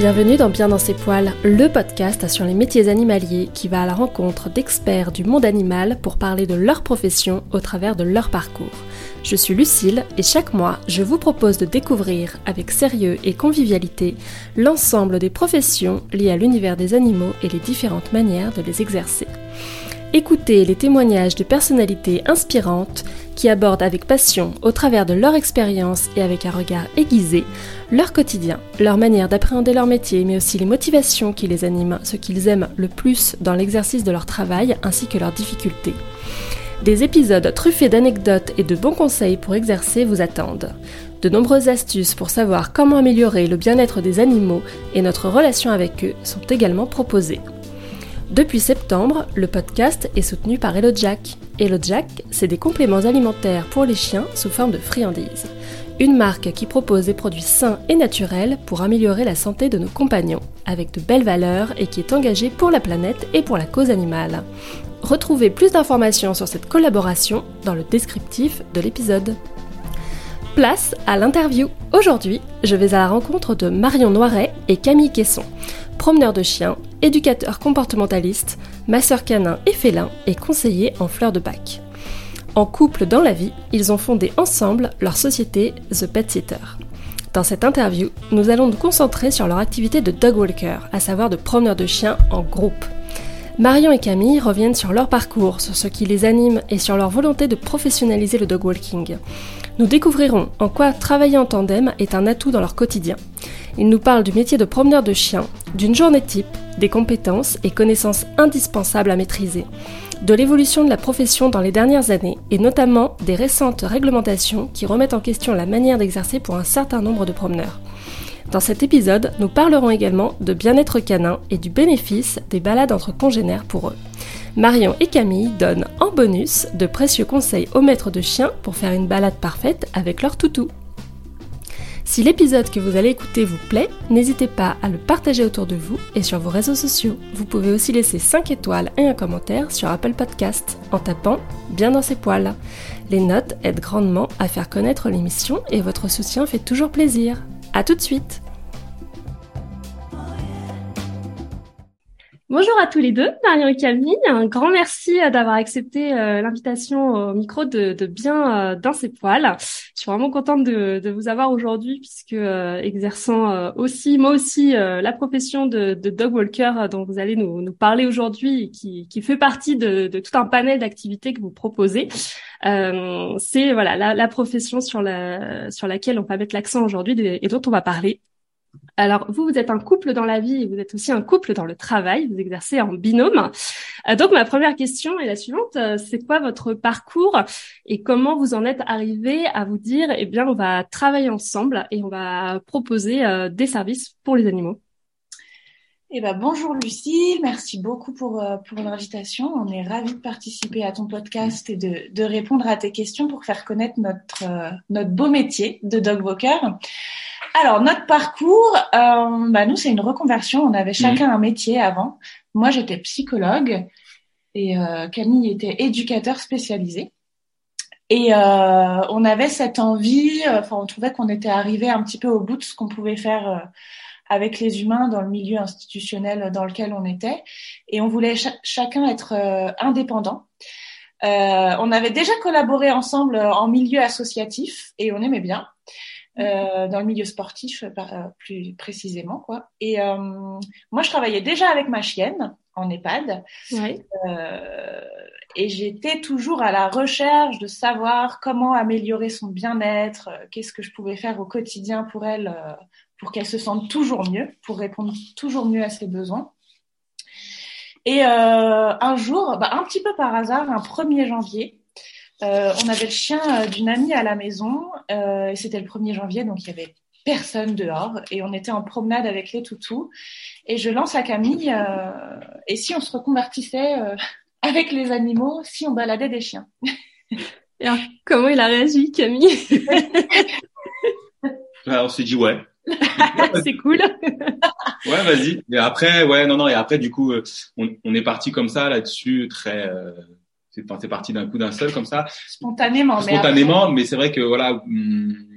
Bienvenue dans Bien dans ses poils, le podcast sur les métiers animaliers qui va à la rencontre d'experts du monde animal pour parler de leur profession au travers de leur parcours. Je suis Lucille et chaque mois, je vous propose de découvrir avec sérieux et convivialité l'ensemble des professions liées à l'univers des animaux et les différentes manières de les exercer. Écoutez les témoignages de personnalités inspirantes qui abordent avec passion, au travers de leur expérience et avec un regard aiguisé, leur quotidien, leur manière d'appréhender leur métier, mais aussi les motivations qui les animent, ce qu'ils aiment le plus dans l'exercice de leur travail, ainsi que leurs difficultés. Des épisodes truffés d'anecdotes et de bons conseils pour exercer vous attendent. De nombreuses astuces pour savoir comment améliorer le bien-être des animaux et notre relation avec eux sont également proposées. Depuis septembre, le podcast est soutenu par HelloJack. HelloJack, c'est des compléments alimentaires pour les chiens sous forme de friandises. Une marque qui propose des produits sains et naturels pour améliorer la santé de nos compagnons, avec de belles valeurs et qui est engagée pour la planète et pour la cause animale. Retrouvez plus d'informations sur cette collaboration dans le descriptif de l'épisode. Place à l'interview. Aujourd'hui, je vais à la rencontre de Marion Noiret et Camille Caisson, promeneurs de chiens, éducateurs comportementalistes, masseurs canins et félins et conseillers en fleurs de Pâques. En couple dans la vie, ils ont fondé ensemble leur société The Pet Sitter. Dans cette interview, nous allons nous concentrer sur leur activité de dog walker, à savoir de promeneurs de chiens en groupe. Marion et Camille reviennent sur leur parcours, sur ce qui les anime et sur leur volonté de professionnaliser le dog walking. Nous découvrirons en quoi travailler en tandem est un atout dans leur quotidien. Ils nous parlent du métier de promeneur de chiens, d'une journée type, des compétences et connaissances indispensables à maîtriser, de l'évolution de la profession dans les dernières années et notamment des récentes réglementations qui remettent en question la manière d'exercer pour un certain nombre de promeneurs. Dans cet épisode, nous parlerons également de bien-être canin et du bénéfice des balades entre congénères pour eux. Marion et Camille donnent en bonus de précieux conseils aux maîtres de chiens pour faire une balade parfaite avec leur toutou. Si l'épisode que vous allez écouter vous plaît, n'hésitez pas à le partager autour de vous et sur vos réseaux sociaux. Vous pouvez aussi laisser 5 étoiles et un commentaire sur Apple Podcast en tapant Bien dans ses poils. Les notes aident grandement à faire connaître l'émission et votre soutien fait toujours plaisir. À tout de suite. Bonjour à tous les deux, Marion et Camille. Un grand merci d'avoir accepté l'invitation au micro de Bien dans ses poils. Je suis vraiment contente de vous avoir aujourd'hui puisque exerçant aussi, moi aussi, la profession de dog walker dont vous allez nous parler aujourd'hui et qui fait partie de tout un panel d'activités que vous proposez. C'est voilà la profession sur laquelle on va mettre l'accent aujourd'hui et dont on va parler. Alors, vous êtes un couple dans la vie et vous êtes aussi un couple dans le travail, vous exercez en binôme. Donc, ma première question est la suivante, c'est quoi votre parcours et comment vous en êtes arrivé à vous dire, eh bien, on va travailler ensemble et on va proposer des services pour les animaux? Bonjour Lucie, merci beaucoup pour l'invitation. On est ravis de participer à ton podcast et de répondre à tes questions pour faire connaître notre beau métier de dog walker. Alors, notre parcours, nous, c'est une reconversion. On avait chacun un métier avant. Moi, j'étais psychologue et Camille était éducateur spécialisé. Et on avait cette envie, on trouvait qu'on était arrivé un petit peu au bout de ce qu'on pouvait faire avec les humains dans le milieu institutionnel dans lequel on était. Et on voulait chacun être indépendant. On avait déjà collaboré ensemble en milieu associatif et on aimait bien. Dans le milieu sportif plus précisément quoi. Et moi je travaillais déjà avec ma chienne en EHPAD. Ouais. Et j'étais toujours à la recherche de savoir comment améliorer son bien-être, qu'est-ce que je pouvais faire au quotidien pour elle, pour qu'elle se sente toujours mieux, pour répondre toujours mieux à ses besoins. Et un jour, un petit peu par hasard, un 1er janvier, on avait le chien d'une amie à la maison et c'était le 1er janvier, donc il y avait personne dehors et on était en promenade avec les toutous et je lance à Camille et si on se reconvertissait avec les animaux, si on baladait des chiens. Et alors, comment il a réagi, Camille? On s'est dit ouais. C'est cool. Ouais, vas-y. Et après, et après du coup, on est parti comme ça là-dessus, très. C'est parti d'un coup d'un seul comme ça. Spontanément. Mais c'est vrai que voilà,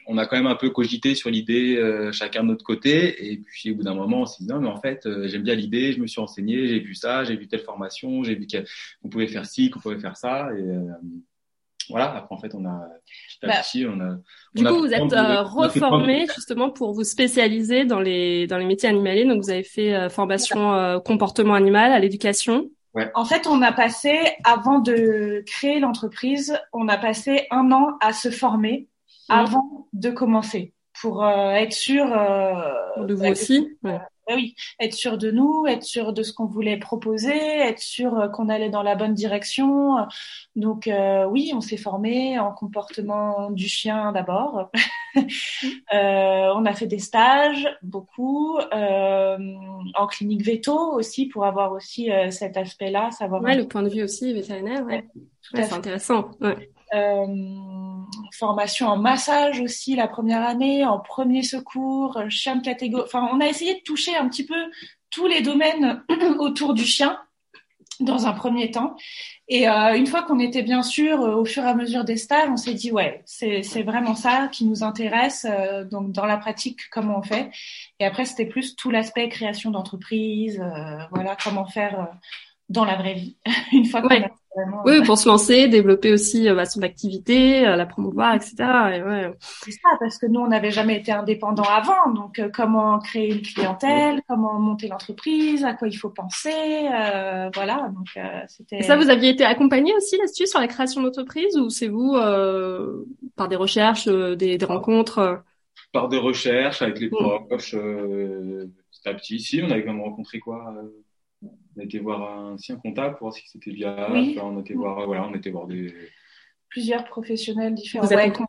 on a quand même un peu cogité sur l'idée, chacun de notre côté. Et puis, au bout d'un moment, on s'est dit, non, mais en fait, j'aime bien l'idée, je me suis renseigné, j'ai vu ça, j'ai vu telle formation, j'ai vu qu'on pouvait faire ci, qu'on pouvait faire ça. Et voilà, après, en fait, on a, petit à petit, Du coup, vous êtes reformé justement pour vous spécialiser dans les métiers animaliers. Donc, vous avez fait formation comportement animal à l'éducation. Ouais. En fait, on a passé, avant de créer l'entreprise, on a passé 1 an à se former avant de commencer pour être sûr de vous aussi. Ouais. Oui, être sûr de nous, être sûr de ce qu'on voulait proposer, être sûr qu'on allait dans la bonne direction. Donc oui, on s'est formé en comportement du chien d'abord. On a fait des stages, beaucoup, en clinique véto aussi pour avoir aussi cet aspect-là, savoir. Ouais, le point de vue aussi vétérinaire. Ouais, c'est intéressant. Ouais. Formation en massage aussi la première année, en premier secours, chien de catégorie. Enfin, on a essayé de toucher un petit peu tous les domaines autour du chien dans un premier temps. Et une fois qu'on était bien sûr, au fur et à mesure des stages, on s'est dit ouais, c'est vraiment ça qui nous intéresse. Donc dans la pratique, comment on fait. Et après, c'était plus tout l'aspect création d'entreprise, voilà, comment faire dans la vraie vie. Une fois qu'on a vraiment, oui, pour se lancer, développer aussi son activité, la promouvoir, etc. Et ouais. C'est ça, parce que nous, on n'avait jamais été indépendants avant. Donc, comment créer une clientèle, comment monter l'entreprise, à quoi il faut penser, voilà. Donc, c'était. Et ça, vous aviez été accompagné aussi là-dessus sur la création d'entreprise, ou c'est vous par des recherches, des rencontres Par des recherches avec les proches, petit à petit. Ici, on avait quand même rencontré quoi on a été voir un comptable pour voir si c'était viable. Oui. Enfin, on était voir plusieurs professionnels différents. Vous êtes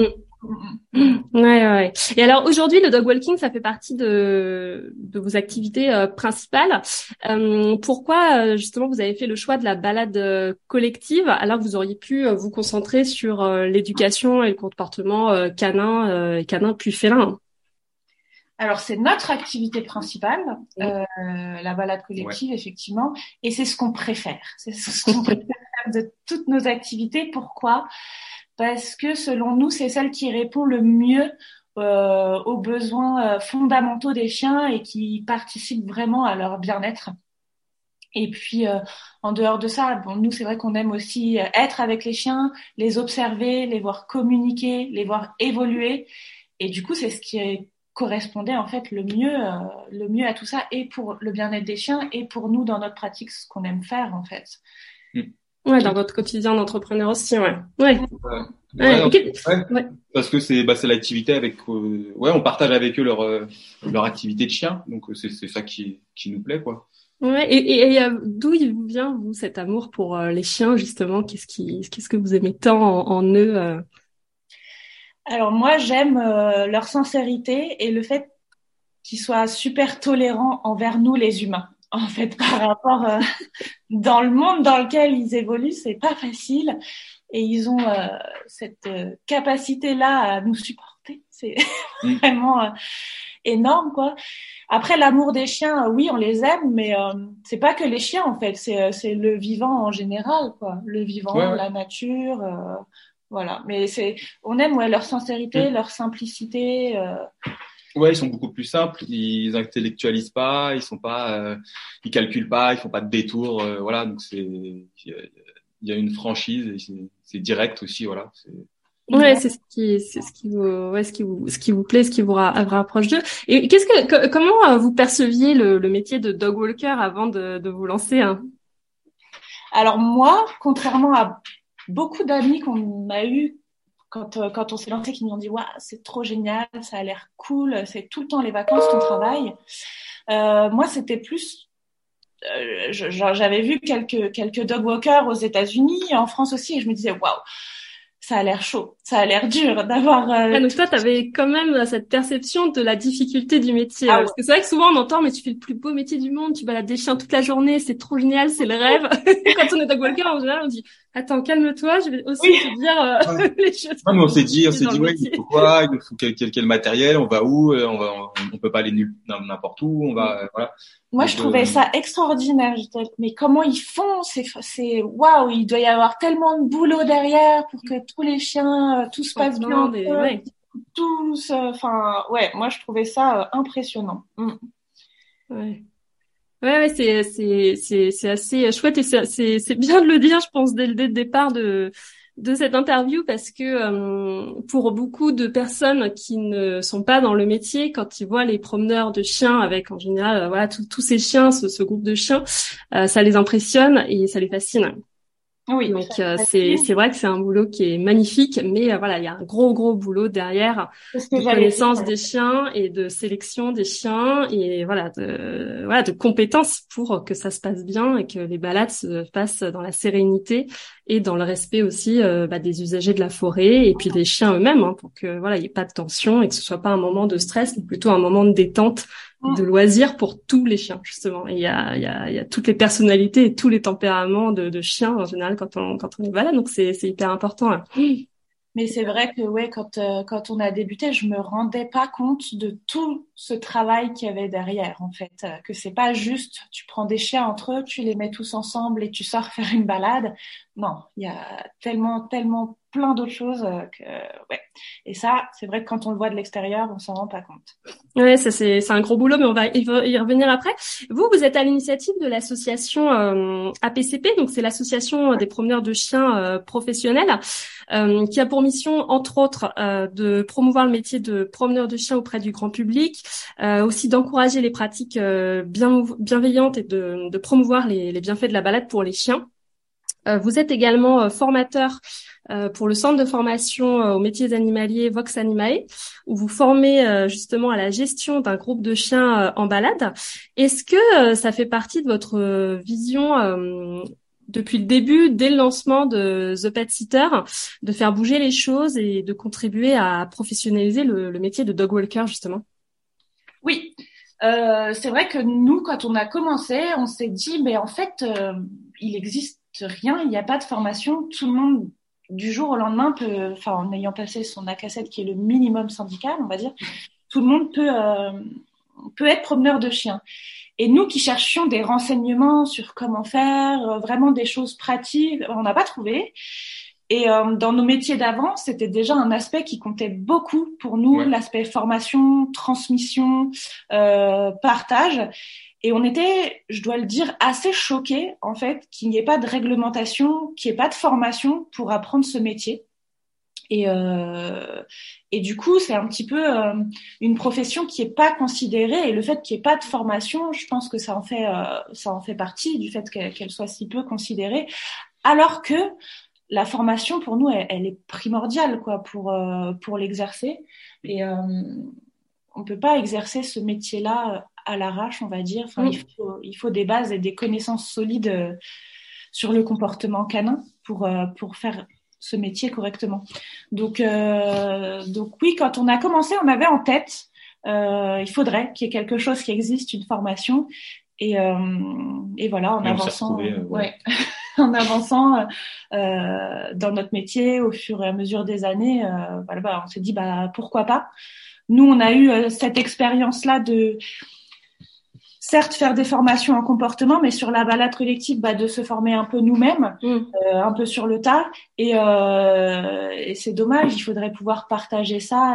ouais. Et alors aujourd'hui, le dog walking, ça fait partie de vos activités principales. Pourquoi justement vous avez fait le choix de la balade collective alors que vous auriez pu vous concentrer sur l'éducation et le comportement canin puis félin? Alors, c'est notre activité principale, la balade collective, effectivement, et c'est ce qu'on préfère. C'est ce qu'on préfère de toutes nos activités. Pourquoi ? Parce que, selon nous, c'est celle qui répond le mieux aux besoins fondamentaux des chiens et qui participe vraiment à leur bien-être. Et puis, en dehors de ça, bon, nous, c'est vrai qu'on aime aussi être avec les chiens, les observer, les voir communiquer, les voir évoluer. Et du coup, c'est ce qui correspondait en fait le mieux à tout ça, et pour le bien-être des chiens et pour nous dans notre pratique, ce qu'on aime faire en fait. Ouais, dans votre quotidien d'entrepreneur aussi, ouais. Parce que c'est l'activité avec on partage avec eux leur activité de chien, donc c'est ça qui nous plaît quoi. Ouais, et d'où il vous vient vous cet amour pour les chiens justement? Qu'est-ce que vous aimez tant en eux? Alors moi, j'aime leur sincérité et le fait qu'ils soient super tolérants envers nous, les humains. En fait, par rapport dans le monde dans lequel ils évoluent, c'est pas facile et ils ont cette capacité-là à nous supporter. C'est vraiment énorme, quoi. Après, l'amour des chiens, oui, on les aime, mais c'est pas que les chiens, en fait. C'est le vivant en général, quoi. Le vivant, la nature. Voilà, mais on aime leur sincérité, leur simplicité. Ouais, ils sont beaucoup plus simples. Ils intellectualisent pas, ils sont pas, ils calculent pas, ils font pas de détours. Voilà, donc il y a une franchise, et c'est direct aussi. Voilà. Ouais, c'est ce qui vous plaît, ce qui vous rapproche d'eux. Et comment vous perceviez le métier de dog walker avant de vous lancer, hein? Alors moi, contrairement à beaucoup d'amis qu'on a eu quand on s'est lancé, qui nous ont dit waouh, c'est trop génial, ça a l'air cool, c'est tout le temps les vacances, ton travail. Moi, c'était plus j'avais vu quelques dog walkers aux États-Unis, en France aussi, et je me disais waouh, ça a l'air chaud, ça a l'air dur d'avoir. Donc toi, t'avais quand même cette perception de la difficulté du métier, parce que c'est vrai que souvent on entend, mais tu fais le plus beau métier du monde, tu balades des chiens toute la journée, c'est trop génial, c'est le rêve. Quand on est dog walker, en général, on dit attends, calme-toi, je vais aussi te dire les choses. Non, mais on s'est dit ouais, il faut quoi, il faut quel matériel, on va où, on peut pas aller n'importe où, on va voilà. Moi, je trouvais ça extraordinaire. Mais comment ils font? C'est waouh, il doit y avoir tellement de boulot derrière pour que tous les chiens, tout se passe bien. enfin, ouais, moi je trouvais ça impressionnant. Ouais. Ouais, c'est assez chouette et c'est bien de le dire, je pense, dès le départ de cette interview parce que pour beaucoup de personnes qui ne sont pas dans le métier, quand ils voient les promeneurs de chiens avec en général voilà tous ces chiens, ce groupe de chiens, ça les impressionne et ça les fascine. Oui, donc c'est vrai que c'est un boulot qui est magnifique, mais voilà, il y a un gros boulot derrière de connaissance des chiens et de sélection des chiens et voilà de compétences pour que ça se passe bien et que les balades se passent dans la sérénité et dans le respect aussi des usagers de la forêt et puis des chiens eux-mêmes, hein, pour que voilà il y ait pas de tension et que ce soit pas un moment de stress, mais plutôt un moment de détente, de loisir pour tous les chiens justement. Et il y a toutes les personnalités et tous les tempéraments de chiens en général quand on est balade, donc c'est hyper important. Hein. Mais c'est vrai que ouais, quand on a débuté, je me rendais pas compte de tout ce travail qu'il y avait derrière, en fait. Que c'est pas juste, tu prends des chiens entre eux, tu les mets tous ensemble et tu sors faire une balade. Non, il y a tellement plein d'autres choses que ouais. Et ça, c'est vrai que quand on le voit de l'extérieur, on s'en rend pas compte. Ouais, ça c'est un gros boulot, mais on va y revenir après. Vous êtes à l'initiative de l'association APCP, donc c'est l'association des promeneurs de chiens professionnels, qui a pour mission, entre autres, de promouvoir le métier de promeneur de chiens auprès du grand public, aussi d'encourager les pratiques bienveillantes et de promouvoir les bienfaits de la balade pour les chiens. Vous êtes également formateur pour le centre de formation aux métiers animaliers Vox Animae, où vous formez justement à la gestion d'un groupe de chiens en balade. Est-ce que ça fait partie de votre vision depuis le début, dès le lancement de The Pet Sitter, de faire bouger les choses et de contribuer à professionnaliser le métier de dog walker justement? Oui, c'est vrai que nous, quand on a commencé, on s'est dit, mais en fait, il existe rien, il n'y a pas de formation, tout le monde du jour au lendemain peut, enfin en ayant passé son ACACET qui est le minimum syndical, on va dire, tout le monde peut être promeneur de chiens. Et nous qui cherchions des renseignements sur comment faire, vraiment des choses pratiques, on n'a pas trouvé. Et dans nos métiers d'avant, c'était déjà un aspect qui comptait beaucoup pour nous, l'aspect formation, transmission, partage. Et on était, je dois le dire, assez choqués, en fait, qu'il n'y ait pas de réglementation, qu'il n'y ait pas de formation pour apprendre ce métier. Et du coup, c'est un petit peu une profession qui est pas considérée. Et le fait qu'il n'y ait pas de formation, je pense que ça en fait partie du fait qu'elle soit si peu considérée. Alors que la formation, pour nous, elle est primordiale, quoi, pour l'exercer. Et on peut pas exercer ce métier-là à l'arrache, on va dire. Enfin, il faut des bases et des connaissances solides sur le comportement canin pour faire ce métier correctement. Donc oui, quand on a commencé, on avait en tête, il faudrait qu'il y ait quelque chose qui existe, une formation. Et voilà, en avançant, en avançant dans notre métier au fur et à mesure des années, on s'est dit pourquoi pas. Nous, on a eu cette expérience-là de certes faire des formations en comportement, mais sur la balade collective, de se former un peu nous-mêmes, un peu sur le tas. Et c'est dommage, il faudrait pouvoir partager ça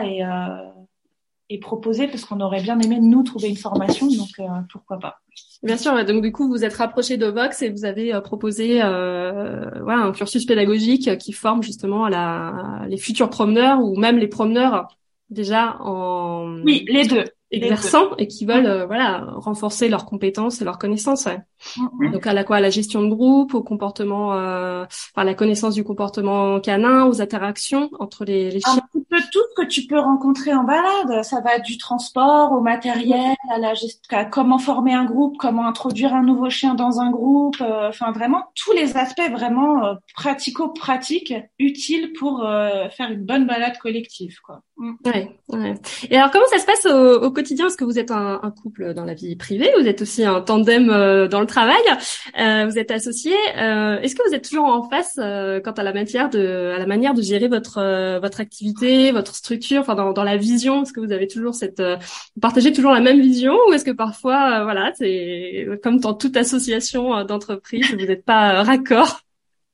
et proposer, parce qu'on aurait bien aimé nous trouver une formation, donc pourquoi pas. Bien sûr, donc du coup vous êtes rapproché de Vox et vous avez proposé un cursus pédagogique qui forme justement les futurs promeneurs ou même les promeneurs déjà en les deux exerçant et qui veulent renforcer leurs compétences et leurs connaissances. Ouais. Donc à la gestion de groupe, au comportement, la connaissance du comportement canin, aux interactions entre les chiens. Un petit peu tout ce que tu peux rencontrer en balade. Ça va du transport au matériel, à comment former un groupe, comment introduire un nouveau chien dans un groupe. Vraiment tous les aspects vraiment pratico-pratiques utiles pour faire une bonne balade collective, quoi. Ouais. Et alors comment ça se passe au quotidien? Est-ce que vous êtes un couple dans la vie privée? Vous êtes aussi un tandem dans le travail? Vous êtes associés? Est-ce que vous êtes toujours en face quant à la manière de gérer votre activité, votre structure, enfin dans la vision? Est-ce que vous avez toujours vous partagez toujours la même vision, ou est-ce que parfois c'est comme dans toute association d'entreprise, vous n'êtes pas raccord?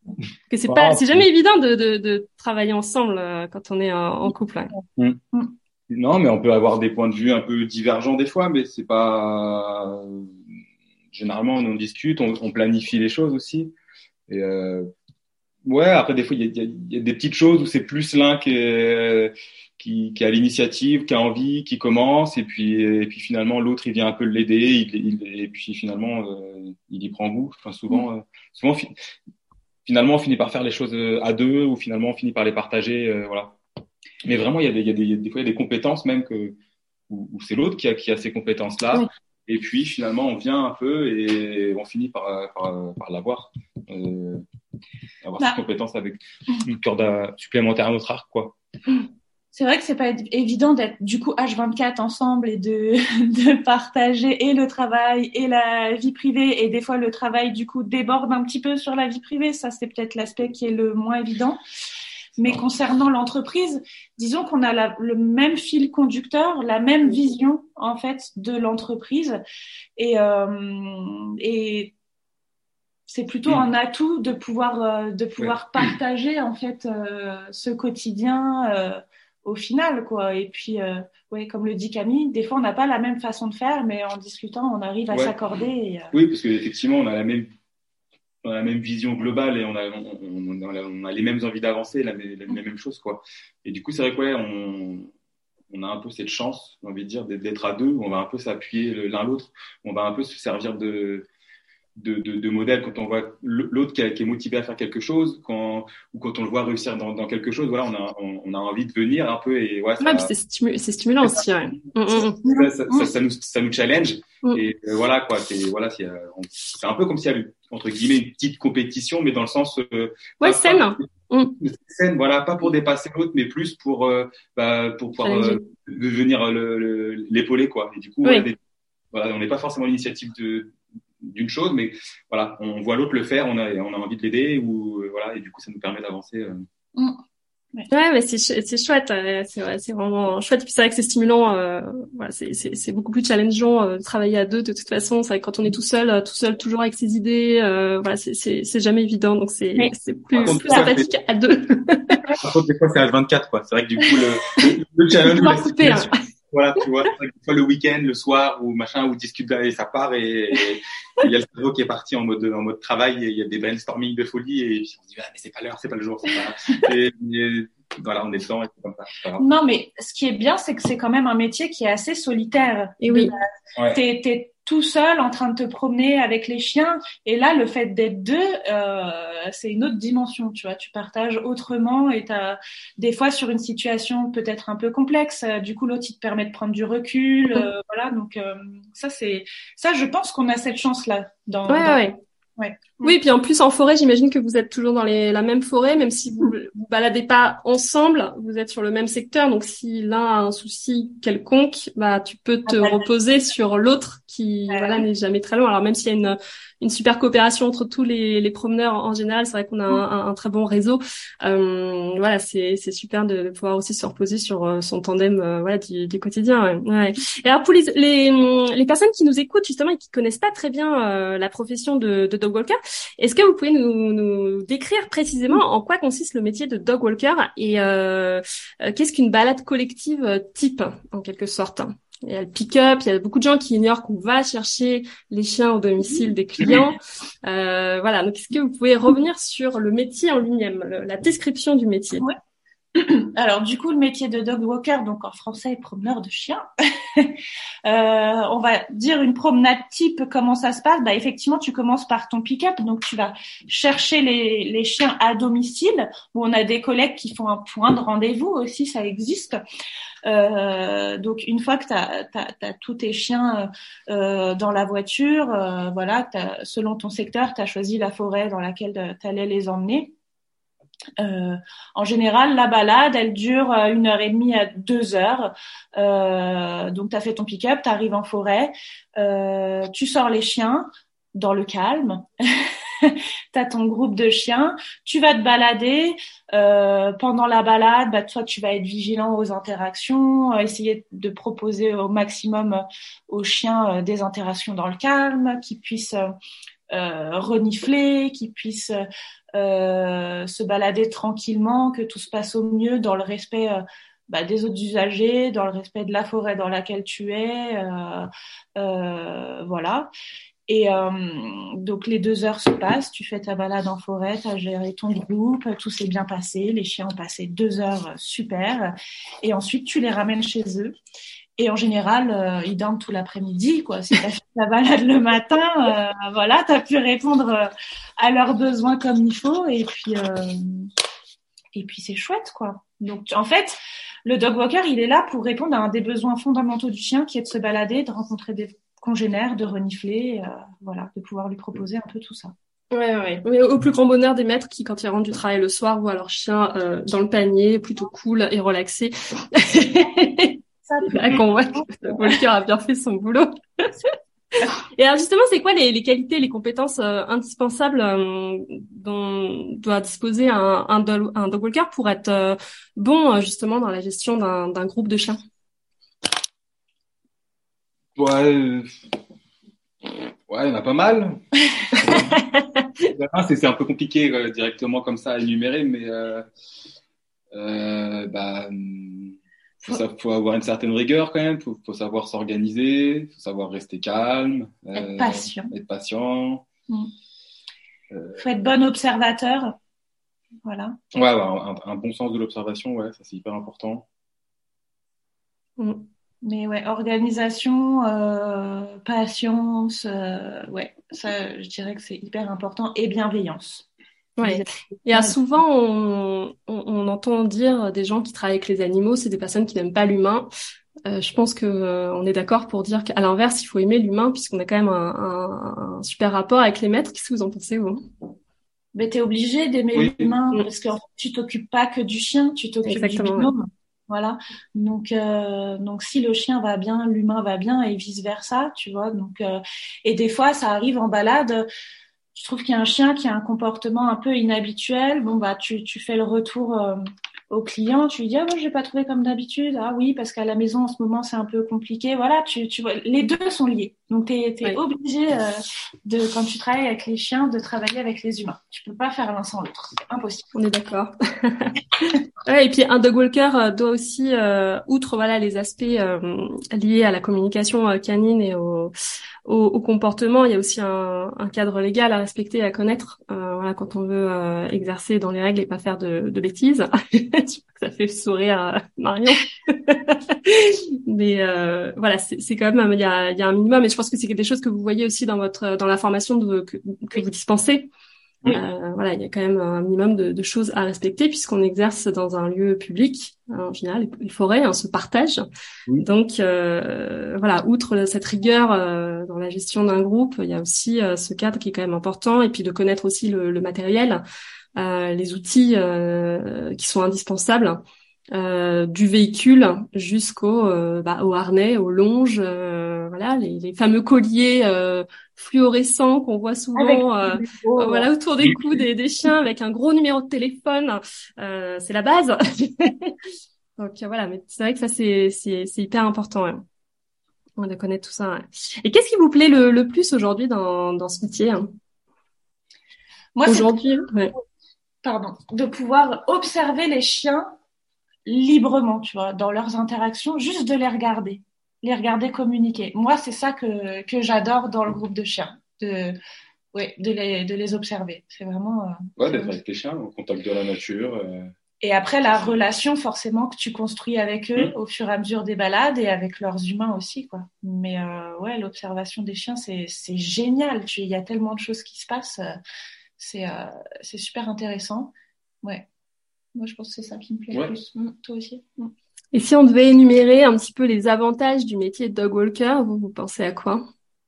Que c'est jamais évident de travailler ensemble quand on est en couple. Ouais. Non, mais on peut avoir des points de vue un peu divergents des fois, mais c'est pas. Généralement, on en discute, on planifie les choses aussi. Et ouais, après des fois, il y a des petites choses où c'est plus l'un qui a l'initiative, qui a envie, qui commence, et puis finalement l'autre il vient un peu l'aider, et puis finalement il y prend goût. Enfin souvent, finalement on finit par faire les choses à deux, ou finalement on finit par les partager, voilà. Mais vraiment des fois il y a des compétences même où c'est l'autre qui a ces compétences-là. Oui. Et puis finalement on vient un peu et on finit par l'avoir, avoir cette compétence avec une corde supplémentaire à notre arc, quoi. C'est vrai que c'est pas évident d'être du coup H24 ensemble et de partager et le travail et la vie privée, et des fois le travail du coup déborde un petit peu sur la vie privée. Ça, c'est peut-être l'aspect qui est le moins évident. Mais concernant l'entreprise, disons qu'on a le même fil conducteur, la même vision en fait de l'entreprise, et c'est plutôt un atout de pouvoir partager en fait ce quotidien au final, quoi. Et puis ouais, comme le dit Camille, des fois on n'a pas la même façon de faire, mais en discutant on arrive à s'accorder. Et, oui, parce qu'effectivement on a la même vision globale, et on a les mêmes envies d'avancer, la même chose, quoi. Et du coup c'est vrai que on a un peu cette chance, j'ai envie de dire, d'être à deux, où on va un peu s'appuyer l'un l'autre, on va un peu se servir de modèle quand on voit l'autre qui est motivé à faire quelque chose, ou quand on le voit réussir dans quelque chose. Voilà, on a envie de venir un peu, et ouais, c'est stimulant aussi. Ouais. Ça nous challenge. Et voilà, quoi, c'est un peu comme s'il y avait entre guillemets une petite compétition, mais dans le sens saine, voilà, pas pour dépasser l'autre, mais plus pour pouvoir devenir l'épauler, quoi. Et du coup voilà, on n'est pas forcément l'initiative d'une chose, mais voilà, on voit l'autre le faire, on a envie de l'aider, ou voilà, et du coup ça nous permet d'avancer. Ouais, mais c'est chouette, c'est vraiment chouette. Puis c'est vrai que c'est stimulant, voilà, c'est beaucoup plus challengeant de travailler à deux. De toute façon, c'est vrai que quand on est tout seul toujours avec ses idées, voilà, c'est jamais évident, donc c'est plus sympathique à deux. Par contre, des fois c'est à 24, quoi. C'est vrai que du coup le challenge. Voilà, tu vois, soit le week-end, le soir, ou machin, où discute et ça part, et il y a le cerveau qui est parti en mode travail, et il y a des brainstorming de folie, et puis on se dit, mais c'est pas l'heure, c'est pas le jour, et voilà, on est dedans, et c'est comme ça. Non, mais ce qui est bien, c'est que c'est quand même un métier qui est assez solitaire. Et oui. T'es tout seul en train de te promener avec les chiens, et là, le fait d'être deux, c'est une autre dimension, tu vois. Tu partages autrement, et t'as des fois sur une situation peut-être un peu complexe, du coup l'autre il te permet de prendre du recul, voilà. Donc ça, je pense qu'on a cette chance-là Ouais. Oui, puis en plus en forêt, j'imagine que vous êtes toujours dans la même forêt, même si vous baladez pas ensemble, vous êtes sur le même secteur. Donc si l'un a un souci quelconque, bah tu peux te reposer sur l'autre qui n'est jamais très loin. Alors même s'il y a une super coopération entre tous les promeneurs en général, c'est vrai qu'on a un très bon réseau. Voilà, c'est super de pouvoir aussi se reposer sur son tandem du quotidien. Ouais. Et alors pour les personnes qui nous écoutent justement et qui connaissent pas très bien la profession de dog walker, est-ce que vous pouvez nous décrire précisément en quoi consiste le métier de dog walker, et qu'est-ce qu'une balade collective type en quelque sorte? Il y a le pick-up, il y a beaucoup de gens qui ignorent qu'on va chercher les chiens au domicile des clients. Voilà, donc est-ce que vous pouvez revenir sur le métier en lui-même, la description du métier? Ouais. Alors du coup, le métier de dog walker, donc en français promeneur de chiens, on va dire une promenade type. Comment ça se passe? Bah effectivement, tu commences par ton pick-up, donc tu vas chercher les chiens à domicile, où on a des collègues qui font un point de rendez-vous aussi, ça existe. Donc une fois que t'as tous tes chiens dans la voiture, voilà, selon ton secteur, t'as choisi la forêt dans laquelle t'allais les emmener. En général, la balade, elle dure 1h30 à 2h. Donc, t'as fait ton pick-up, t'arrives en forêt, tu sors les chiens dans le calme. T'as ton groupe de chiens, tu vas te balader. Pendant la balade, bah, toi, tu vas être vigilant aux interactions, essayer de proposer au maximum aux chiens des interactions dans le calme, qui puissent renifler, qui puissent se balader tranquillement, que tout se passe au mieux dans le respect des autres usagers, dans le respect de la forêt dans laquelle tu es, voilà. Et donc les 2 heures se passent, tu fais ta balade en forêt, tu as géré ton groupe, tout s'est bien passé, les chiens ont passé 2 heures super, et ensuite tu les ramènes chez eux. Et en général, ils dorment tout l'après-midi, quoi. Si t'as fait ta balade le matin, voilà, t'as pu répondre à leurs besoins comme il faut, et puis c'est chouette, quoi. Donc en fait, le dog walker, il est là pour répondre à un des besoins fondamentaux du chien, qui est de se balader, de rencontrer des congénères, de renifler, voilà, de pouvoir lui proposer un peu tout ça. Ouais. Mais au plus grand bonheur des maîtres qui, quand ils rentrent du travail le soir, voient leur chien dans le panier, plutôt cool et relaxé. Là qu'on voit que le walker a bien fait son boulot. Et alors justement, c'est quoi les qualités, les compétences indispensables dont doit disposer un dog walker pour être bon justement dans la gestion d'un groupe de chiens? Ouais, il y en a pas mal. C'est un peu compliqué directement comme ça à énumérer, mais faut avoir une certaine rigueur quand même, faut savoir s'organiser, faut savoir rester calme, être patient. Faut être bon observateur, voilà. Ouais, un bon sens de l'observation, ouais, ça c'est hyper important. Mais ouais, organisation, patience, ouais, ça, je dirais que c'est hyper important, et bienveillance. Ouais. Et souvent, on entend dire des gens qui travaillent avec les animaux, c'est des personnes qui n'aiment pas l'humain. Je pense que on est d'accord pour dire qu'à l'inverse, il faut aimer l'humain puisqu'on a quand même un super rapport avec les maîtres. Qu'est-ce que vous en pensez, vous? Mais t'es obligé d'aimer l'humain parce que tu t'occupes pas que du chien, tu t'occupes du binôme. Voilà. Donc si le chien va bien, l'humain va bien et vice versa, tu vois. Donc et des fois ça arrive en balade. Je trouve qu'il y a un chien qui a un comportement un peu inhabituel. Bon tu fais le retour au client, tu lui dis moi j'ai pas trouvé comme d'habitude. Ah oui, parce qu'à la maison en ce moment c'est un peu compliqué. Voilà, tu vois, les deux sont liés. Donc t'es obligé quand tu travailles avec les chiens de travailler avec les humains. Tu peux pas faire l'un sans l'autre, c'est impossible. On est d'accord. Ouais, et puis un dog walker doit aussi, outre les aspects liés à la communication canine et au comportement, il y a aussi un cadre légal à respecter et à connaître. Quand on veut exercer dans les règles et pas faire de bêtises. Ça fait sourire Marion. Mais c'est quand même il y a un minimum, et je pense que c'est des choses que vous voyez aussi dans la formation que vous dispensez. Oui. Il y a quand même un minimum de choses à respecter puisqu'on exerce dans un lieu public. En final, les forêts se partagent. Oui. Donc, outre cette rigueur dans la gestion d'un groupe, il y a aussi ce cadre qui est quand même important, et puis de connaître aussi le matériel, les outils qui sont indispensables. Du véhicule jusqu'au au harnais, aux longes, les fameux colliers fluorescents qu'on voit souvent autour des cous des chiens avec un gros numéro de téléphone, c'est la base. Donc mais c'est vrai que ça c'est hyper important, ouais. On doit connaître tout ça, ouais. Et qu'est-ce qui vous plaît le plus aujourd'hui dans ce métier, hein? Moi, aujourd'hui, de pouvoir observer les chiens librement, tu vois, dans leurs interactions, juste de les regarder communiquer. Moi, c'est ça que j'adore dans le groupe de chiens, de les observer. C'est vraiment d'être avec les chiens, au contact de la nature. Et après, la relation forcément que tu construis avec eux au fur et à mesure des balades, et avec leurs humains aussi, quoi. Mais l'observation des chiens, c'est génial. Il y a tellement de choses qui se passent, c'est super intéressant. Ouais. Moi, je pense que c'est ça qui me plaît le plus. Toi aussi. Et si on devait énumérer un petit peu les avantages du métier de dog walker, vous pensez à quoi?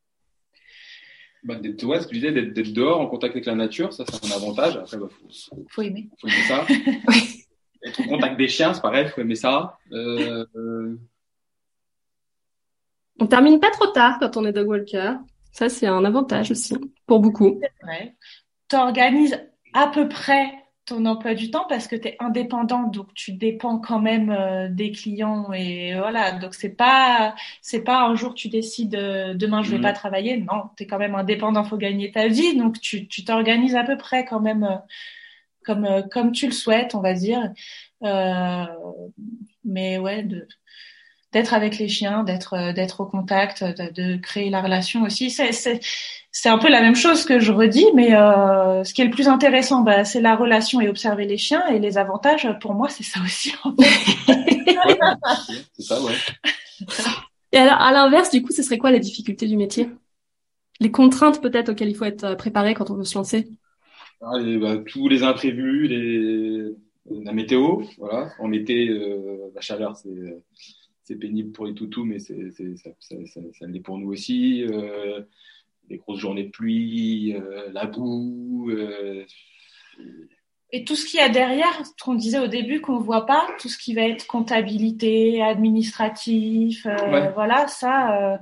Ce que je disais, d'être dehors en contact avec la nature, ça c'est un avantage. Après, faut aimer. Faut aimer ça. Être en contact des chiens, c'est pareil, faut aimer ça. On termine pas trop tard quand on est dog walker. Ça, c'est un avantage aussi pour beaucoup. C'est vrai. T'organises à peu près ton emploi du temps parce que tu es indépendant, donc tu dépends quand même des clients et voilà. Donc c'est pas un jour tu décides demain je vais pas travailler. Non, tu es quand même indépendant, faut gagner ta vie, donc tu t'organises à peu près quand même comme tu le souhaites, on va dire. Mais ouais, d'être avec les chiens, d'être au contact, de créer la relation aussi. C'est un peu la même chose que je redis, mais ce qui est le plus intéressant, c'est la relation et observer les chiens, et les avantages, pour moi, c'est ça aussi. En fait. Ouais, c'est ça, ouais. Et alors, à l'inverse, du coup, ce serait quoi les difficultés du métier? Les contraintes peut-être auxquelles il faut être préparé quand on veut se lancer? Tous les imprévus, la météo, voilà. En été, la chaleur, c'est pénible pour les toutous, mais ça l'est pour nous aussi. Les grosses journées de pluie, la boue. Et tout ce qu'il y a derrière, ce qu'on disait au début qu'on voit pas, tout ce qui va être comptabilité, administratif, voilà, ça,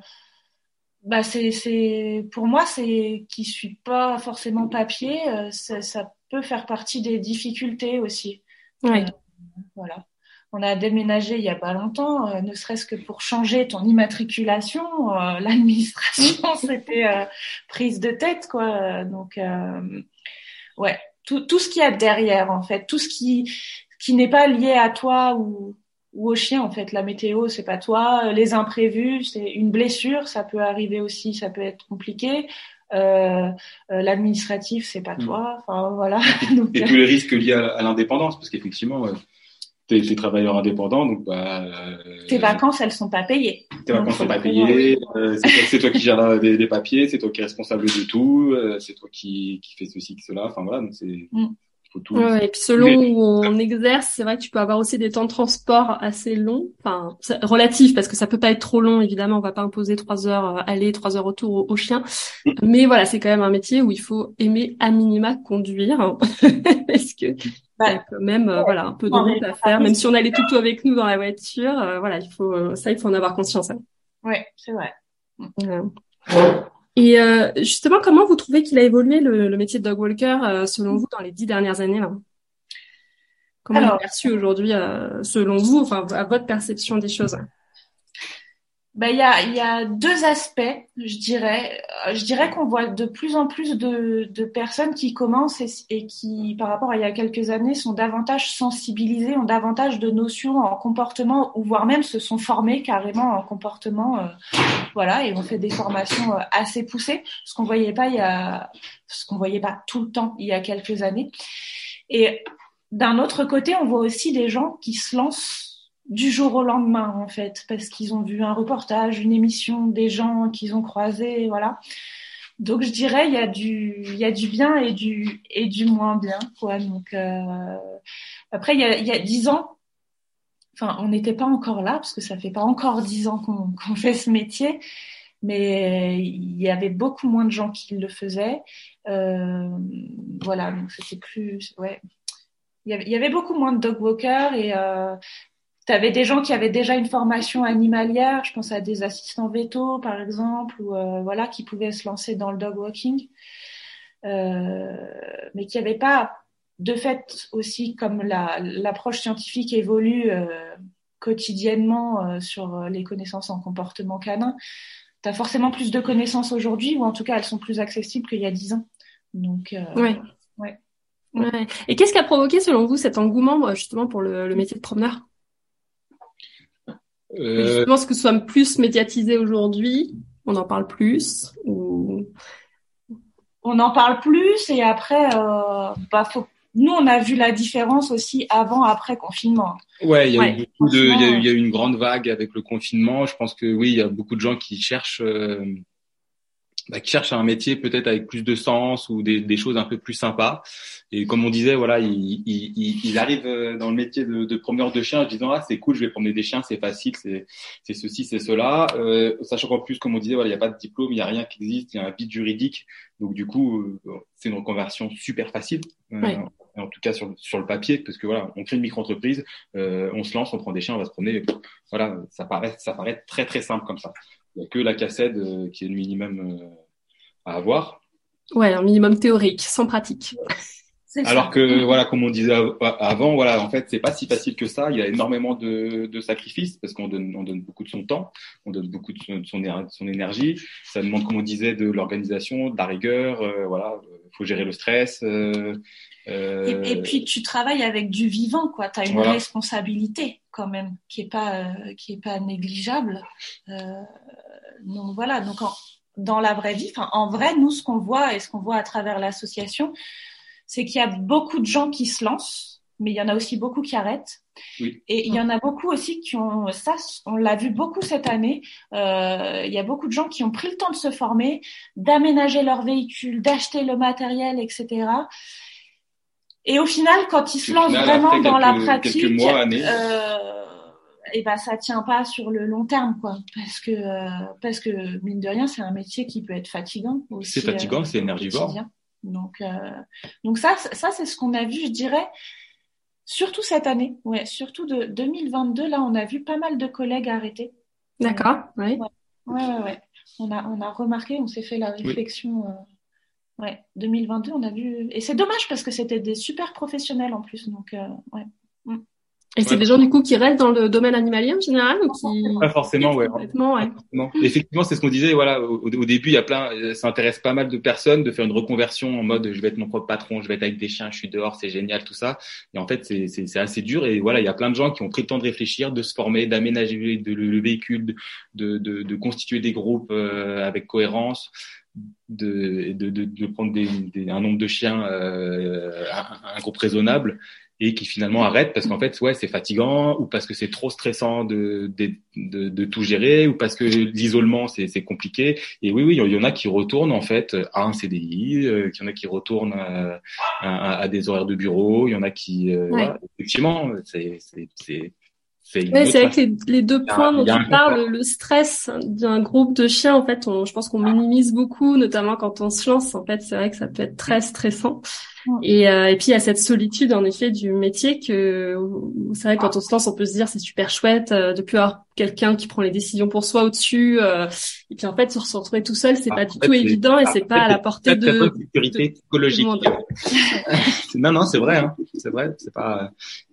c'est pour moi, c'est qui suit pas forcément papier, ça peut faire partie des difficultés aussi. Ouais. Voilà. On a déménagé il y a pas longtemps, ne serait-ce que pour changer ton immatriculation, l'administration c'était prise de tête quoi. Donc ouais, tout ce qu'il y a derrière en fait, tout ce qui n'est pas lié à toi ou au chien en fait. La météo c'est pas toi, les imprévus, c'est une blessure, ça peut arriver aussi, ça peut être compliqué. L'administratif c'est pas toi, enfin voilà. Donc, et tous les risques liés à l'indépendance, parce qu'effectivement t'es travailleur indépendant, donc tes vacances elles sont pas payées. Tes vacances sont pas payées. C'est toi qui gères des papiers, c'est toi qui es responsable de tout, c'est toi qui fais ceci, cela. Enfin voilà, donc c'est faut tout. Ouais, et puis selon où on exerce, c'est vrai que tu peux avoir aussi des temps de transport assez longs, enfin relatifs, parce que ça peut pas être trop long. Évidemment, on va pas imposer 3 heures aller, 3 heures retour au chien. Mais voilà, c'est quand même un métier où il faut aimer à minima conduire, hein. Parce que il y a quand même voilà un peu de route à faire, même si on a les toutous avec nous dans la voiture, voilà, il faut en avoir conscience. Hein. Ouais, c'est vrai. Et justement, comment vous trouvez qu'il a évolué le métier de dog walker selon vous dans les 10 dernières années là? Comment il est perçu aujourd'hui selon vous, enfin à votre perception des choses? Il y a deux aspects, je dirais. Je dirais qu'on voit de plus en plus de personnes qui commencent et qui, par rapport à il y a quelques années, sont davantage sensibilisées, ont davantage de notions en comportement, ou voire même se sont formées carrément en comportement, voilà, et ont fait des formations assez poussées, ce qu'on voyait pas tout le temps il y a quelques années. Et d'un autre côté, on voit aussi des gens qui se lancent du jour au lendemain, en fait, parce qu'ils ont vu un reportage, une émission, des gens qu'ils ont croisés, voilà. Donc, je dirais, il y a du bien et du moins bien, quoi. Donc, après, il y a 10 ans, enfin, on n'était pas encore là, parce que ça fait pas encore 10 ans qu'on fait ce métier, mais il y avait beaucoup moins de gens qui le faisaient. Voilà, donc c'était plus, ouais. Il y avait beaucoup moins de dog walkers et t'avais des gens qui avaient déjà une formation animalière, je pense à des assistants vétos par exemple, ou voilà, qui pouvaient se lancer dans le dog walking, mais qui n'avaient pas, de fait aussi, comme l'approche scientifique évolue quotidiennement sur les connaissances en comportement canin. T'as forcément plus de connaissances aujourd'hui, ou en tout cas elles sont plus accessibles qu'il y a 10 ans. Donc ouais. Et qu'est-ce qui a provoqué selon vous cet engouement justement pour le métier de promeneur? Justement, ce que ce soit plus médiatisé aujourd'hui, on en parle plus ou... On en parle plus et après, nous, on a vu la différence aussi avant, après confinement. Ouais, il y a eu beaucoup il y a eu une grande vague avec le confinement. Je pense que oui, il y a beaucoup de gens qui cherchent un métier peut-être avec plus de sens ou des choses un peu plus sympas. Et comme on disait, voilà, ils arrivent dans le métier de promeneur de chiens en disant c'est cool, je vais promener des chiens, c'est facile, c'est ceci, c'est cela. Sachant qu'en plus, comme on disait, voilà, il y a pas de diplôme, il y a rien qui existe, il y a un vide juridique. Donc du coup, c'est une reconversion super facile. En tout cas sur le papier, parce que voilà, on crée une micro-entreprise, on se lance, on prend des chiens, on va se promener. Voilà, ça paraît très très simple comme ça. Il n'y a que la CACED qui est le minimum à avoir. Ouais, un minimum théorique, sans pratique. Alors que voilà, comme on disait avant, voilà, en fait, c'est pas si facile que ça. Il y a énormément de sacrifices parce qu'on donne beaucoup de son temps, on donne beaucoup de son énergie. Ça demande, comme on disait, de l'organisation, de la rigueur. Voilà, faut gérer le stress. Et puis tu travailles avec du vivant, quoi. T'as une responsabilité quand même qui est pas négligeable. Donc voilà. Donc dans la vraie vie, enfin en vrai, nous ce qu'on voit et ce qu'on voit à travers l'association, c'est qu'il y a beaucoup de gens qui se lancent, mais il y en a aussi beaucoup qui arrêtent. Oui. Et il y en a beaucoup aussi qui ont, ça, on l'a vu beaucoup cette année, il y a beaucoup de gens qui ont pris le temps de se former, d'aménager leur véhicule, d'acheter le matériel, etc. Et au final, quand ils se lancent vraiment dans la pratique, quelques mois, années, et ben ça tient pas sur le long terme, quoi, parce que mine de rien, c'est un métier qui peut être fatigant aussi. C'est fatigant, c'est énergivore. Donc ça c'est ce qu'on a vu, je dirais, surtout cette année. Ouais, surtout de 2022. Là, on a vu pas mal de collègues arrêter. D'accord, oui. Ouais. On a remarqué, on s'est fait la réflexion. 2022, on a vu, et c'est dommage parce que c'était des super professionnels en plus. Donc ouais. Et c'est des gens du coup qui restent dans le domaine animalier en général ou qui pas forcément, ouais. Complètement. Effectivement, c'est ce qu'on disait. Voilà, au début, il y a ça intéresse pas mal de personnes de faire une reconversion en mode je vais être mon propre patron, je vais être avec des chiens, je suis dehors, c'est génial, tout ça. Et en fait, c'est assez dur. Et voilà, il y a plein de gens qui ont pris le temps de réfléchir, de se former, d'aménager le véhicule, de constituer des groupes avec cohérence. De prendre un nombre de chiens, un groupe raisonnable, et qui finalement arrêtent parce qu'en fait c'est fatigant, ou parce que c'est trop stressant de tout gérer, ou parce que l'isolement c'est compliqué. Et oui, il y en a qui retournent en fait à un CDI, il y en a qui retournent à des horaires de bureau, il y en a qui voilà, effectivement c'est vrai que les deux points dont tu parles, le stress d'un groupe de chiens, en fait, je pense qu'on minimise beaucoup, notamment quand on se lance. En fait, c'est vrai que ça peut être très stressant. Et puis il y a cette solitude, en effet, du métier que c'est vrai que quand on se lance, on peut se dire c'est super chouette de plus avoir quelqu'un qui prend les décisions pour soi au-dessus. Et puis en fait, se retrouver tout seul, c'est pas du tout évident et c'est pas à la portée de sécurité psychologique. Non, c'est vrai, hein. C'est vrai, c'est pas.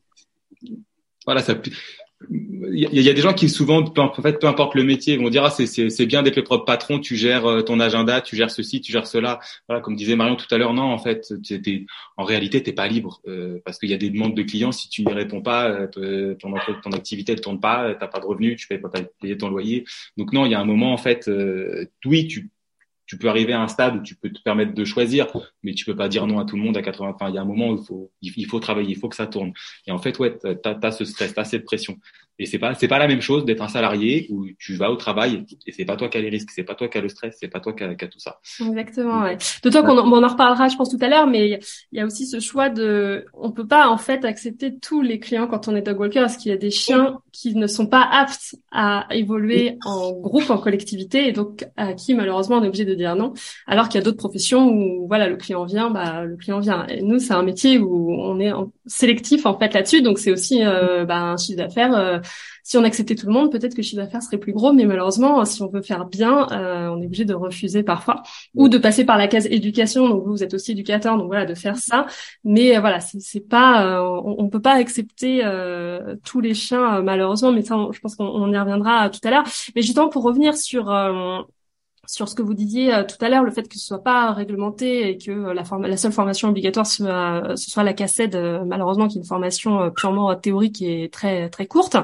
Voilà, ça. Il y a des gens qui souvent, peu importe le métier, vont dire c'est bien d'être le propre patron, tu gères ton agenda, tu gères ceci, tu gères cela. Voilà, comme disait Marion tout à l'heure, non, en fait, en réalité, t'es pas libre parce qu'il y a des demandes de clients. Si tu n'y réponds pas, ton activité elle tourne pas, t'as pas de revenus, tu peux pas payer ton loyer. Donc non, il y a un moment en fait, oui, tu peux arriver à un stade où tu peux te permettre de choisir, mais tu peux pas dire non à tout le monde à 80. Enfin, il y a un moment où il faut travailler, il faut que ça tourne. Et en fait, ouais, t'as ce stress, t'as cette pression. Et c'est pas la même chose d'être un salarié où tu vas au travail et c'est pas toi qui as les risques, c'est pas toi qui as le stress, c'est pas toi qui as tout ça. Exactement, ouais. D'autant qu'on en reparlera, je pense, tout à l'heure, mais il y a aussi ce choix on peut pas, en fait, accepter tous les clients quand on est dog walker, parce qu'il y a des chiens qui ne sont pas aptes à évoluer en groupe, en collectivité, et donc à qui, malheureusement, on est obligé de dire non. Alors qu'il y a d'autres professions où, voilà, le client vient. Et nous, c'est un métier où on est sélectif, en fait, là-dessus, donc c'est aussi, un chiffre d'affaires, si on acceptait tout le monde, peut-être que le chiffre d'affaires serait plus gros, mais malheureusement, si on veut faire bien, on est obligé de refuser parfois, ou de passer par la case éducation. Donc vous êtes aussi éducateur, donc voilà, de faire ça. Mais voilà, c'est pas, on peut pas accepter tous les chiens malheureusement. Mais ça, je pense qu'on y reviendra tout à l'heure. Mais justement, pour revenir sur ce que vous disiez tout à l'heure, le fait que ce soit pas réglementé et que la seule formation obligatoire ce soit la CACED, malheureusement, qui est une formation purement théorique et très très courte.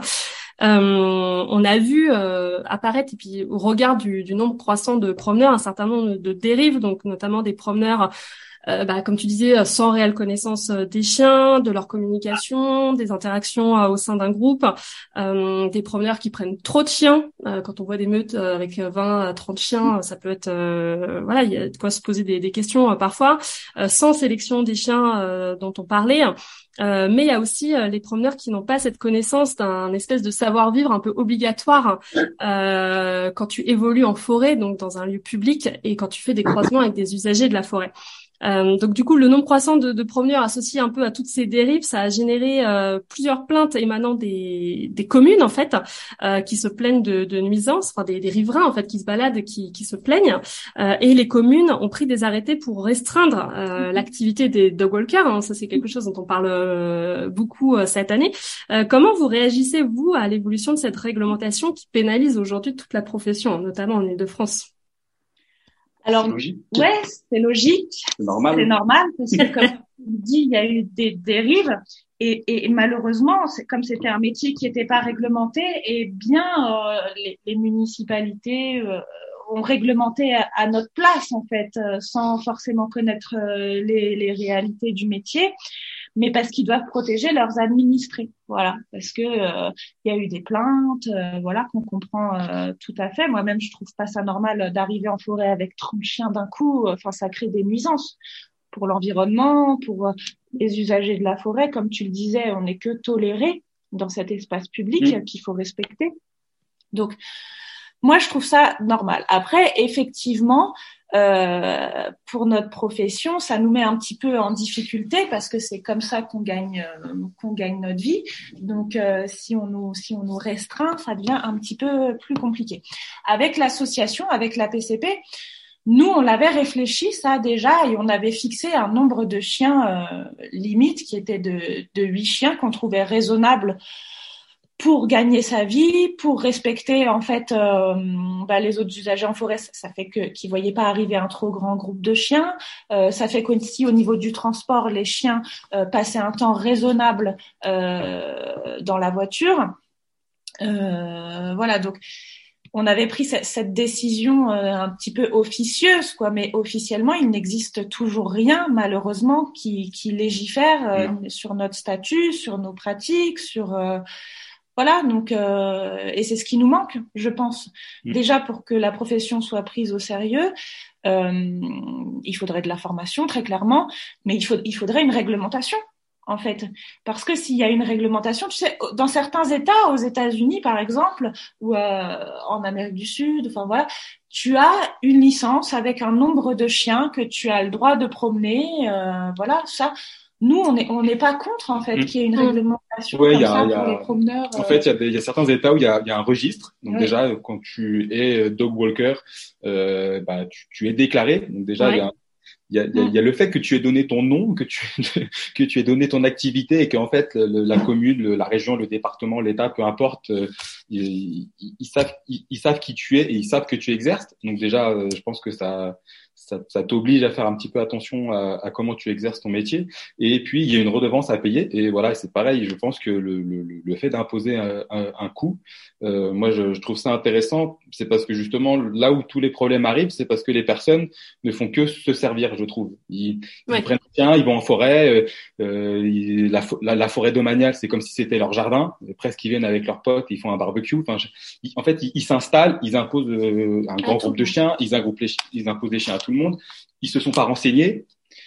On a vu apparaître, et puis au regard du nombre croissant de promeneurs, un certain nombre de dérives, donc notamment des promeneurs comme tu disais, sans réelle connaissance des chiens, de leur communication, des interactions au sein d'un groupe, des promeneurs qui prennent trop de chiens. Quand on voit des meutes avec 20 à 30 chiens, ça peut être il y a de quoi se poser des questions parfois, sans sélection des chiens dont on parlait. Mais il y a aussi les promeneurs qui n'ont pas cette connaissance d'un espèce de savoir-vivre un peu obligatoire quand tu évolues en forêt, donc dans un lieu public, et quand tu fais des croisements avec des usagers de la forêt. Donc du coup, le nombre croissant de promeneurs associé un peu à toutes ces dérives, ça a généré plusieurs plaintes émanant des communes en fait, qui se plaignent de nuisances, enfin des riverains en fait qui se baladent, qui se plaignent, et les communes ont pris des arrêtés pour restreindre l'activité des dog walkers. Hein. Ça c'est quelque chose dont on parle beaucoup cette année. Comment vous réagissez vous à l'évolution de cette réglementation qui pénalise aujourd'hui toute la profession, notamment en Île-de-France? Alors, ouais, c'est logique. C'est normal. C'est normal parce que, comme tu dis, il y a eu des dérives et malheureusement, comme c'était un métier qui n'était pas réglementé, et bien les municipalités ont réglementé à notre place en fait, sans forcément connaître les réalités du métier, mais parce qu'ils doivent protéger leurs administrés. Voilà, parce que il y a eu des plaintes, voilà, qu'on comprend tout à fait. Moi-même, je trouve pas ça normal d'arriver en forêt avec 30 chiens d'un coup. Enfin, ça crée des nuisances pour l'environnement, pour les usagers de la forêt. Comme tu le disais, on n'est que toléré dans cet espace public qu'il faut respecter. Donc, moi, je trouve ça normal. Après, effectivement, pour notre profession, ça nous met un petit peu en difficulté parce que c'est comme ça qu'on gagne notre vie. Donc, si on nous restreint, ça devient un petit peu plus compliqué. Avec l'association, avec la PCP, nous, on l'avait réfléchi ça déjà et on avait fixé un nombre de chiens limite qui était de 8 chiens qu'on trouvait raisonnable pour gagner sa vie, pour respecter en fait les autres usagers en forêt. Ça fait qu'ils voyaient pas arriver un trop grand groupe de chiens. Ça fait qu'aussi au niveau du transport, les chiens passaient un temps raisonnable dans la voiture. Voilà, donc on avait pris cette décision un petit peu officieuse, quoi, mais officiellement, il n'existe toujours rien, malheureusement, qui légifère sur notre statut, sur nos pratiques, sur voilà, donc et c'est ce qui nous manque, je pense. Déjà pour que la profession soit prise au sérieux, il faudrait de la formation très clairement, mais il faudrait une réglementation en fait, parce que s'il y a une réglementation, tu sais, dans certains États, aux États-Unis par exemple, ou en Amérique du Sud, enfin voilà, tu as une licence avec un nombre de chiens que tu as le droit de promener, voilà ça. Nous, on n'est pas contre, en fait, qu'il y ait une réglementation comme ça pour les promeneurs. En fait, il y a certains États où il y a un registre. Donc déjà, quand tu es dog walker, tu es déclaré. Donc déjà, il y a le fait que tu aies donné ton nom, que tu aies donné ton activité et qu'en fait, la commune, la région, le département, l'État, peu importe, ils savent qui tu es et ils savent que tu exerces. Donc déjà, je pense que ça t'oblige à faire un petit peu attention à comment tu exerces ton métier. Et puis, il y a une redevance à payer. Et voilà, c'est pareil. Je pense que le fait d'imposer un coût, moi, je trouve ça intéressant. C'est parce que justement, là où tous les problèmes arrivent, c'est parce que les personnes ne font que se servir, je trouve. Ils prennent un chien, ils vont en forêt. La forêt domaniale, c'est comme si c'était leur jardin. Presque, ils viennent avec leurs potes, ils font un barbecue. Enfin, en fait, ils s'installent, ils imposent un grand groupe de chiens, ils imposent les chiens à tout le monde. Ils se sont pas renseignés.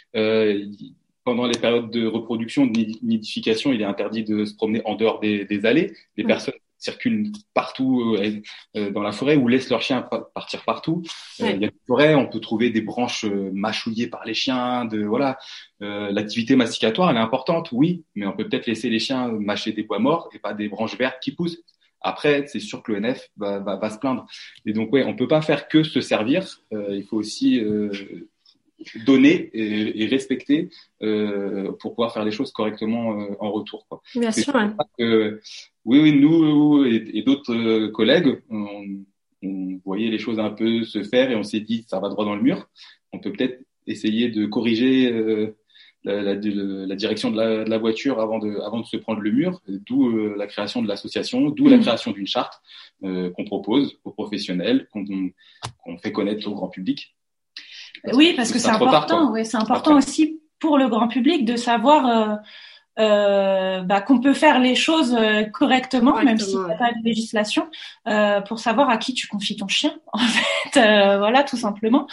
Pendant les périodes de reproduction, de nidification, il est interdit de se promener en dehors des allées. Les personnes circulent partout dans la forêt ou laissent leurs chiens partir partout. Il y a des forêts, on peut trouver des branches mâchouillées par les chiens. L'activité masticatoire, elle est importante, oui, mais on peut peut-être laisser les chiens mâcher des bois morts et pas des branches vertes qui poussent. Après, c'est sûr que l'ONF va se plaindre. Et donc, on peut pas faire que se servir. Il faut aussi donner et respecter pour pouvoir faire les choses correctement en retour, quoi. Bien sûr. Oui, nous et d'autres collègues, on voyait les choses un peu se faire et on s'est dit ça va droit dans le mur. On peut peut-être essayer de corriger la direction de la voiture avant de se prendre le mur, d'où la création de l'association, d'où la création d'une charte qu'on propose aux professionnels, qu'on fait connaître au grand public. Oui, parce que c'est important. Oui, c'est important aussi pour le grand public de savoir qu'on peut faire les choses correctement, même s'il n'y a pas de législation, pour savoir à qui tu confies ton chien, en fait. Voilà, tout simplement.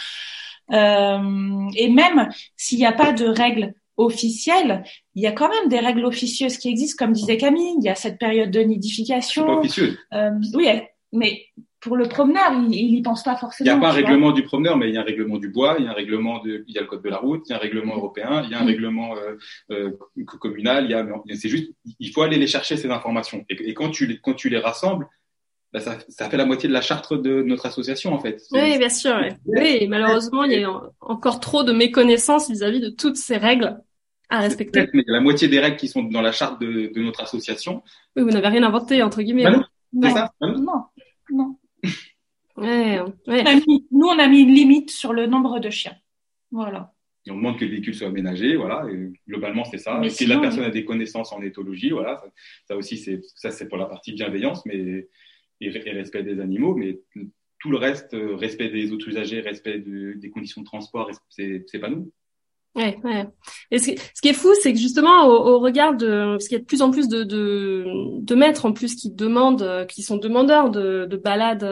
Et même s'il n'y a pas de règles officielles, il y a quand même des règles officieuses qui existent, comme disait Camille. Il y a cette période de nidification. C'est pas officieux. Oui, mais pour le promeneur, il y pense pas Il forcément. n'y a pas un tu vois. règlement du promeneur, mais il y a un règlement du bois, il y a un règlement il y a le code de la route, il y a un règlement européen, il y a un règlement communal. C'est juste, il faut aller les chercher ces informations. Et quand tu les rassembles, bah, ça fait la moitié de la charte de notre association en fait. Oui, bien sûr. Ouais. Oui, et malheureusement, il y a encore trop de méconnaissance vis-à-vis de toutes ces règles à respecter. Mais il y a la moitié des règles qui sont dans la charte de notre association. Oui, vous n'avez rien inventé, entre guillemets. Bah non, c'est Non, ça. Bah non. non. Ouais, ouais. On a mis une limite sur le nombre de chiens. Voilà. Et on demande que le véhicule soit aménagé, voilà. Et globalement, c'est ça. Mais Et si sinon, la personne a des connaissances en éthologie, voilà. Ça aussi, c'est pour la partie bienveillance, et respect des animaux, mais tout le reste, respect des autres usagers, respect des conditions de transport, c'est pas nous. Ouais, ouais. Et ce qui est fou, c'est que justement, au regard parce qu'il y a de plus en plus de maîtres en plus qui demandent, qui sont demandeurs de balades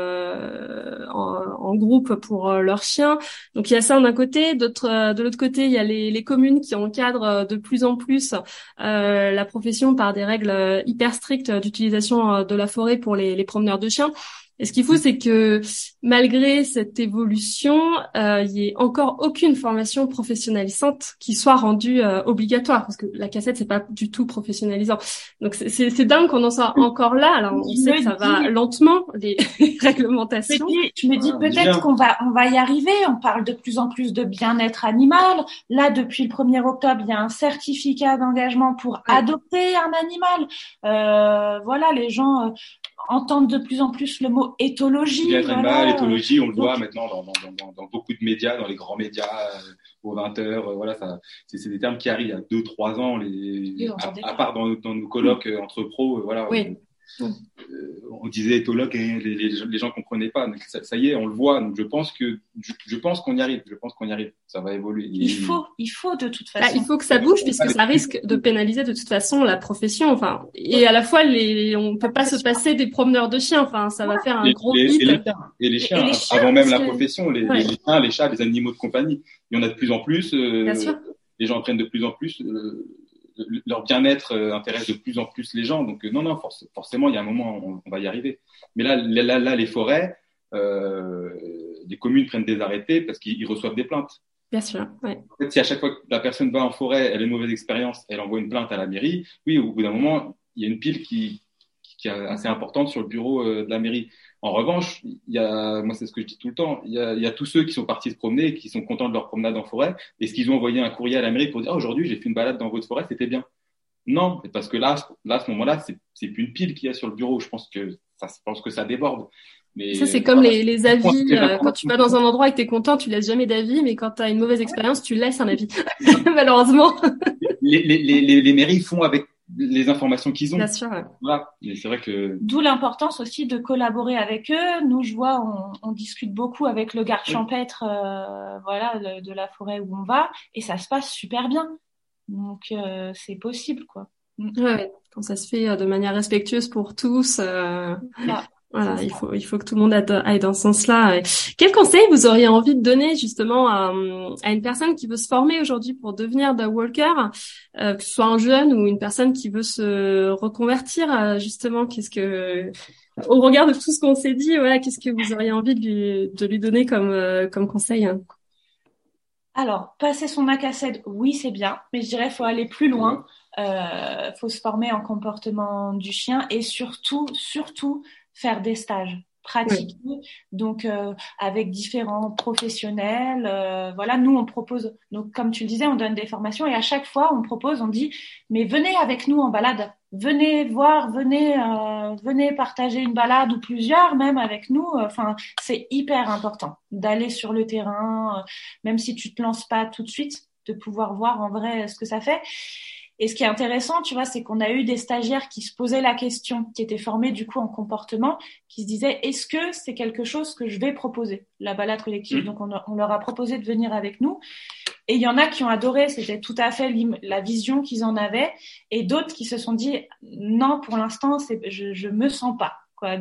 en groupe pour leurs chiens. Donc il y a ça d'un côté, de l'autre côté, il y a les communes qui encadrent de plus en plus la profession par des règles hyper strictes d'utilisation de la forêt pour les promeneurs de chiens. Et ce qu'il faut, c'est que malgré cette évolution, il y ait encore aucune formation professionnalisante qui soit rendue obligatoire, parce que la cassette, c'est pas du tout professionnalisant. Donc c'est dingue qu'on en soit encore là. Alors on sait que ça va lentement, les réglementations. Je me dis peut-être qu'on va y arriver. On parle de plus en plus de bien-être animal. Là, depuis le 1er octobre, il y a un certificat d'engagement pour adopter un animal. Voilà, les gens entendent de plus en plus le mot éthologie. Bien-être animal, éthologie, on le voit maintenant dans beaucoup de médias, dans les grands médias, aux 20h, voilà, c'est des termes qui arrivent il y a 2-3 ans, à part dans nos colloques entre pros, voilà. Oui. On disait éthologue et les gens comprenaient pas. Donc ça y est, on le voit. Donc je pense qu'on y arrive. Ça va évoluer. Il faut de toute façon. Il faut que ça bouge puisque ça risque de pénaliser de toute façon la profession. Enfin, et à la fois on peut pas se passer des promeneurs de chiens. Enfin, ça va faire un gros vide. Et les chiens, avant même la profession, les chiens, les chats, les animaux de compagnie. Il y en a de plus en plus. Bien sûr. Les gens apprennent de plus en plus. Leur bien-être intéresse de plus en plus les gens. Donc non, forcément, il y a un moment, on va y arriver. Mais là, les forêts, les communes prennent des arrêtés parce qu'ils reçoivent des plaintes. Bien sûr, ouais. En fait, si à chaque fois que la personne va en forêt, elle a une mauvaise expérience, elle envoie une plainte à la mairie, oui, au bout d'un moment, il y a une pile qui est assez importante sur le bureau de la mairie. En revanche, moi c'est ce que je dis tout le temps, il y a tous ceux qui sont partis se promener et qui sont contents de leur promenade en forêt. Est-ce qu'ils ont envoyé un courrier à la mairie pour dire aujourd'hui j'ai fait une balade dans votre forêt, c'était bien? Non, parce que là, à ce moment-là, c'est plus une pile qu'il y a sur le bureau. Je pense que ça déborde. Mais ça, c'est comme les avis. Quand tu vas dans un endroit et que t'es content, tu laisses jamais d'avis, mais quand t'as une mauvaise expérience, tu laisses un avis. Malheureusement. Les mairies font avec les informations qu'ils ont. Bien sûr. Ouais. Voilà. Et c'est vrai que. D'où l'importance aussi de collaborer avec eux. Nous, je vois, on discute beaucoup avec le garde champêtre, voilà, de la forêt où on va, et ça se passe super bien. Donc c'est possible, quoi. Ouais, quand ça se fait de manière respectueuse pour tous. Voilà, il faut que tout le monde aille dans ce sens-là. Quel conseil vous auriez envie de donner justement à une personne qui veut se former aujourd'hui pour devenir dog walker, que ce soit un jeune ou une personne qui veut se reconvertir, justement, au regard de tout ce qu'on s'est dit, voilà, qu'est-ce que vous auriez envie de lui donner comme conseil? Alors, passer son ACACED, oui, c'est bien, mais je dirais faut aller plus loin. Faut se former en comportement du chien et surtout faire des stages pratiquer, donc avec différents professionnels. Voilà, nous on propose, donc comme tu le disais, on donne des formations et à chaque fois on propose, on dit, mais venez avec nous en balade, venez voir, venez partager une balade ou plusieurs même avec nous. Enfin, c'est hyper important d'aller sur le terrain, même si tu te lances pas tout de suite, de pouvoir voir en vrai ce que ça fait. Et ce qui est intéressant, tu vois, c'est qu'on a eu des stagiaires qui se posaient la question, qui étaient formés du coup en comportement, qui se disaient, est-ce que c'est quelque chose que je vais proposer, la balade collective? Donc on leur a proposé de venir avec nous. Et il y en a qui ont adoré, c'était tout à fait la vision qu'ils en avaient, et d'autres qui se sont dit, non, pour l'instant, je me sens pas, quoi.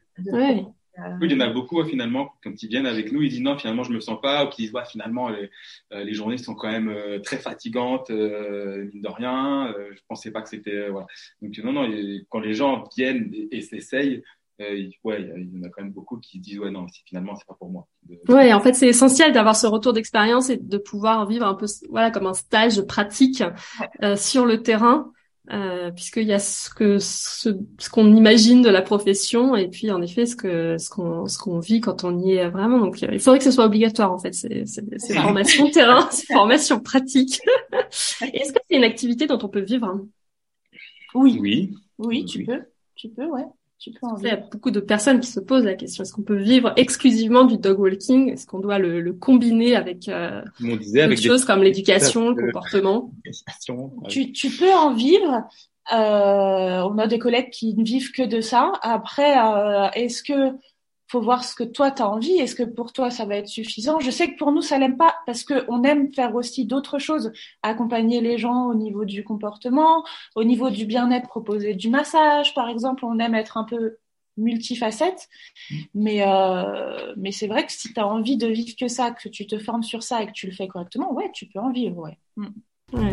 Oui, il y en a beaucoup finalement, quand ils viennent avec nous, ils disent non, finalement je me sens pas, ou qu'ils disent finalement les journées sont quand même très fatigantes, mine de rien, je pensais pas que c'était voilà. Donc non, quand les gens viennent et s'essayent, ouais, il y en a quand même beaucoup qui disent ouais non, finalement c'est pas pour moi. Ouais, en fait, c'est essentiel d'avoir ce retour d'expérience et de pouvoir vivre un peu, voilà, comme un stage pratique sur le terrain, puisqu'il y a ce qu'on imagine de la profession et puis en effet ce qu'on vit quand on y est vraiment. Donc, il faudrait que ce soit obligatoire en fait. C'est formation terrain, c'est formation pratique. Est-ce que c'est une activité dont on peut vivre? Oui, tu peux, ouais. Tu peux en vivre. Il y a beaucoup de personnes qui se posent la question, est-ce qu'on peut vivre exclusivement du dog walking? Est-ce qu'on doit le combiner avec d'autres choses comme l'éducation, le comportement? Tu peux en vivre. On a des collègues qui ne vivent que de ça. Après, est-ce que faut voir ce que toi t'as envie? Est-ce que pour toi ça va être suffisant? Je sais que pour nous ça l'aime pas parce que on aime faire aussi d'autres choses, accompagner les gens au niveau du comportement, au niveau du bien-être, proposer du massage par exemple. On aime être un peu multifacette, mais c'est vrai que si t'as envie de vivre que ça, que tu te formes sur ça et que tu le fais correctement, ouais, tu peux en vivre, ouais. Ouais.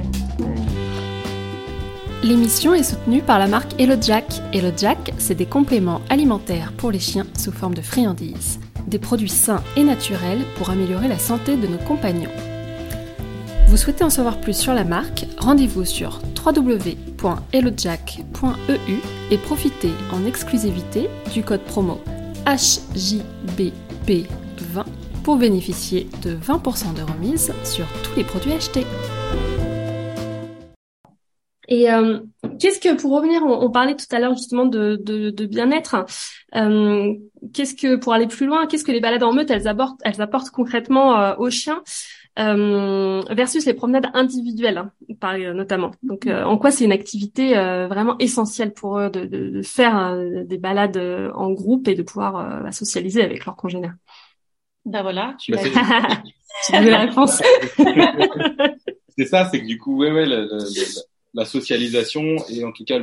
L'émission est soutenue par la marque Hello Jack. Hello Jack, c'est des compléments alimentaires pour les chiens sous forme de friandises. Des produits sains et naturels pour améliorer la santé de nos compagnons. Vous souhaitez en savoir plus sur la marque? Rendez-vous sur www.hellojack.eu et profitez en exclusivité du code promo HJBP20 pour bénéficier de 20% de remise sur tous les produits achetés. Et qu'est-ce que, pour revenir, on parlait tout à l'heure justement de bien-être. Qu'est-ce que, pour aller plus loin, qu'est-ce que les balades en meute elles apportent concrètement aux chiens versus les promenades individuelles, notamment. Donc, en quoi c'est une activité vraiment essentielle pour eux de faire des balades en groupe et de pouvoir socialiser avec leurs congénères. Ben voilà, tu l'as dit. Tu avais la réponse. C'est ça, c'est que du coup, ouais, la socialisation et en tout cas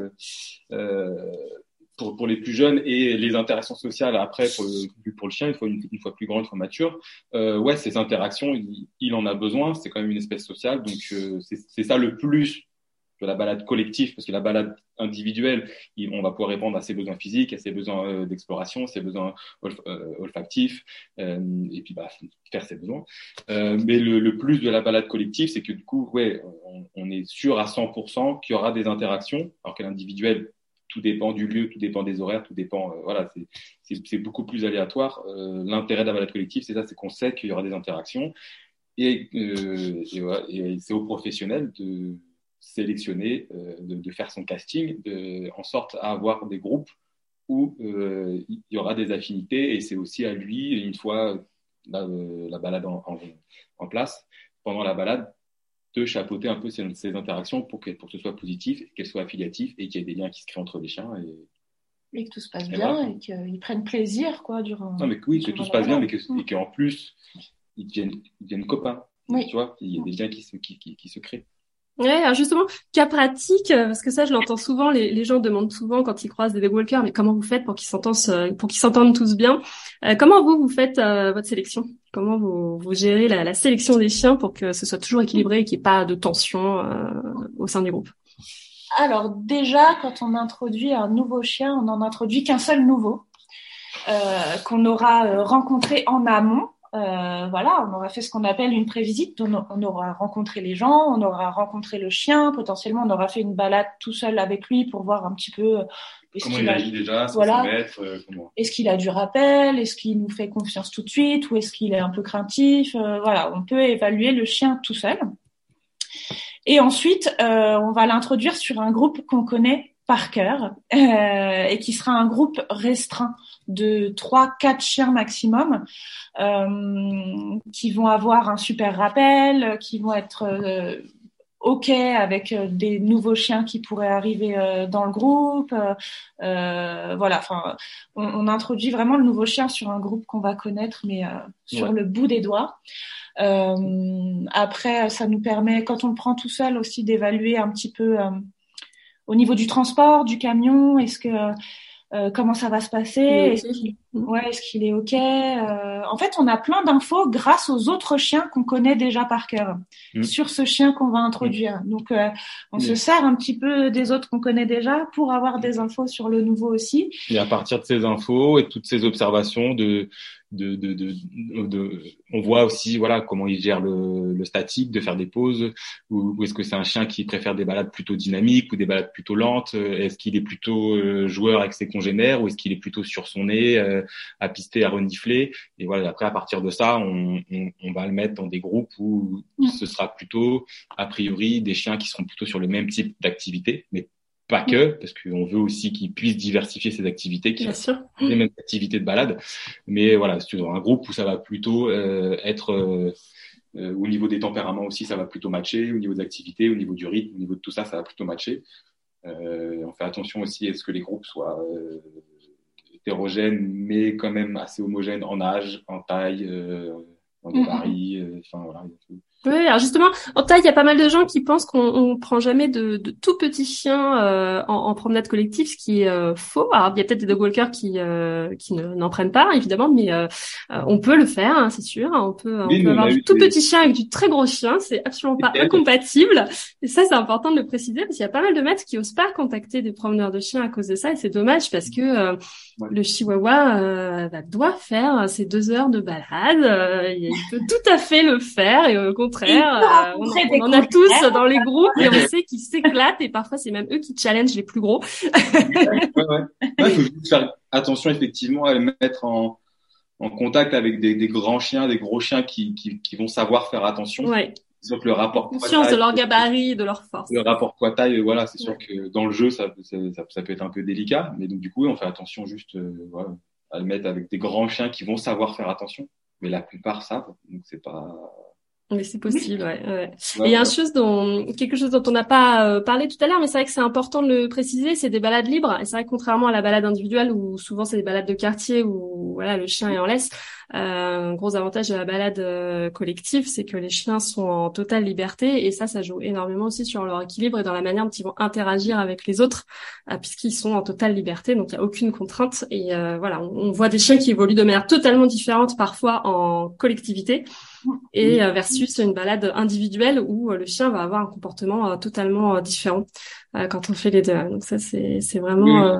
pour les plus jeunes et les interactions sociales après pour le chien une fois plus grand, une fois mature, ouais, ces interactions il en a besoin, c'est quand même une espèce sociale, donc c'est ça le plus de la balade collective, parce que la balade individuelle, on va pouvoir répondre à ses besoins physiques, à ses besoins d'exploration, ses besoins olfactifs, et puis faire ses besoins. Mais le plus de la balade collective, c'est que du coup, ouais, on est sûr à 100% qu'il y aura des interactions, alors que l'individuel, tout dépend du lieu, tout dépend des horaires, tout dépend, voilà, c'est beaucoup plus aléatoire. L'intérêt de la balade collective, c'est ça, c'est qu'on sait qu'il y aura des interactions, et c'est aux professionnels de sélectionner, de faire son casting, en sorte à avoir des groupes où il y aura des affinités, et c'est aussi à lui, une fois la balade en place, pendant la balade, de chapeauter un peu ces interactions pour que ce soit positif, qu'elles soient affiliatives et qu'il y ait des liens qui se créent entre les chiens. Et que tout se passe bien, voilà. Et qu'ils prennent plaisir quoi, durant. Non, mais oui, que tout se passe bien, mais qu'en plus, ils deviennent copains. Oui. Tu vois, il y a des liens qui se créent. Ouais, alors justement, cas pratique, parce que ça, je l'entends souvent, les gens demandent souvent quand ils croisent des dog walkers, mais comment vous faites pour qu'ils s'entendent tous bien? Comment vous faites votre sélection? Comment vous gérez la sélection des chiens pour que ce soit toujours équilibré et qu'il n'y ait pas de tension au sein du groupe? Alors déjà, quand on introduit un nouveau chien, on n'en introduit qu'un seul nouveau, qu'on aura rencontré en amont. Voilà, on aura fait ce qu'on appelle une prévisite, on aura rencontré les gens, on aura rencontré le chien, potentiellement on aura fait une balade tout seul avec lui pour voir un petit peu comment il agit déjà, voilà, comment... Est-ce qu'il a du rappel, est-ce qu'il nous fait confiance tout de suite, ou est-ce qu'il est un peu craintif, voilà, on peut évaluer le chien tout seul. Et ensuite, on va l'introduire sur un groupe qu'on connaît par cœur, et qui sera un groupe restreint de 3-4 chiens maximum, qui vont avoir un super rappel, qui vont être OK avec des nouveaux chiens qui pourraient arriver dans le groupe. Voilà, enfin, on introduit vraiment le nouveau chien sur un groupe qu'on va connaître, mais sur le bout des doigts. Après, ça nous permet, quand on le prend tout seul aussi, d'évaluer un petit peu au niveau du transport, du camion, est-ce que comment ça va se passer, Ouais, est-ce qu'il est OK? En fait, on a plein d'infos grâce aux autres chiens qu'on connaît déjà par cœur sur ce chien qu'on va introduire. Donc, on se sert un petit peu des autres qu'on connaît déjà pour avoir des infos sur le nouveau aussi. Et à partir de ces infos et de toutes ces observations, on voit aussi voilà comment il gère le statique, de faire des pauses, ou est-ce que c'est un chien qui préfère des balades plutôt dynamiques ou des balades plutôt lentes, est-ce qu'il est plutôt joueur avec ses congénères ou est-ce qu'il est plutôt sur son nez à pister, à renifler. Et voilà, après à partir de ça on va le mettre dans des groupes où ce sera plutôt a priori des chiens qui seront plutôt sur le même type d'activité, mais pas que, parce qu'on veut aussi qu'ils puissent diversifier ses activités, qu'ils fassent les mêmes activités de balade. Mais voilà, c'est un groupe où ça va plutôt être au niveau des tempéraments aussi, ça va plutôt matcher, au niveau des activités, au niveau du rythme, au niveau de tout ça, ça va plutôt matcher. On fait attention aussi à ce que les groupes soient hétérogènes, mais quand même assez homogènes en âge, en taille, en gabarit, enfin voilà. Oui, alors justement, en taille, il y a pas mal de gens qui pensent qu'on prend jamais de tout petits chiens en promenade collective, ce qui est faux. Alors, il y a peut-être des dog walkers qui n'en prennent pas, évidemment, mais on peut le faire, hein, c'est sûr. On peut avoir du tout petit chien avec du très gros chien, c'est absolument pas incompatible. Et ça, c'est important de le préciser, parce qu'il y a pas mal de maîtres qui osent pas contacter des promeneurs de chiens à cause de ça, et c'est dommage parce que le chihuahua doit faire ses 2 heures de balade. Il peut tout à fait le faire, et au contraire, on en a tous dans les groupes et on sait qu'ils s'éclatent et parfois c'est même eux qui challengent les plus gros. Il faut juste faire attention effectivement à les mettre en contact avec des grands chiens, des gros chiens qui vont savoir faire attention. Ouais. Donc le rapport conscience de leur gabarit, de leur force. Le rapport poids-taille, voilà, c'est sûr que dans le jeu ça peut être un peu délicat, mais donc du coup on fait attention juste voilà, à le mettre avec des grands chiens qui vont savoir faire attention, mais la plupart savent, donc c'est pas. Mais c'est possible, ouais. Et il y a quelque chose dont on n'a pas parlé tout à l'heure, mais c'est vrai que c'est important de le préciser, c'est des balades libres. Et c'est vrai que contrairement à la balade individuelle, où souvent c'est des balades de quartier où voilà le chien est en laisse, un gros avantage de la balade collective, c'est que les chiens sont en totale liberté, et ça joue énormément aussi sur leur équilibre et dans la manière dont ils vont interagir avec les autres, puisqu'ils sont en totale liberté, donc il n'y a aucune contrainte. Et voilà, on voit des chiens qui évoluent de manière totalement différente parfois en collectivité. Et versus une balade individuelle où le chien va avoir un comportement totalement différent quand on fait les deux. Donc ça, c'est vraiment...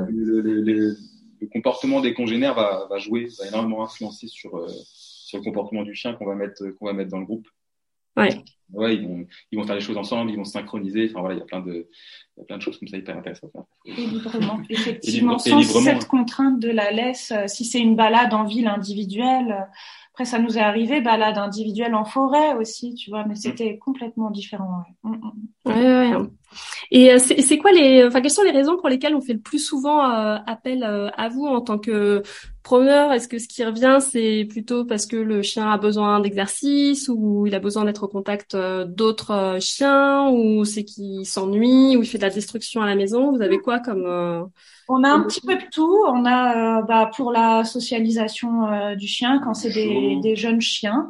Le comportement des congénères va énormément influencer sur le comportement du chien qu'on va mettre dans le groupe. Ouais. Ouais, ils vont faire les choses ensemble, ils vont se synchroniser. Enfin voilà, il y a plein de choses comme ça hyper intéressantes. Et librement, effectivement, sans cette contrainte de la laisse. Si c'est une balade en ville individuelle, après ça nous est arrivé, balade individuelle en forêt aussi, tu vois, mais c'était complètement différent. Ouais. Et c'est quoi quelles sont les raisons pour lesquelles on fait le plus souvent appel à vous en tant que promeneur? Est-ce que ce qui revient, c'est plutôt parce que le chien a besoin d'exercice, ou il a besoin d'être au contact d'autres chiens, ou c'est qu'il s'ennuie, ou il fait de la destruction à la maison? Vous avez quoi comme... On a un petit peu de tout. On a pour la socialisation du chien quand c'est des jeunes chiens.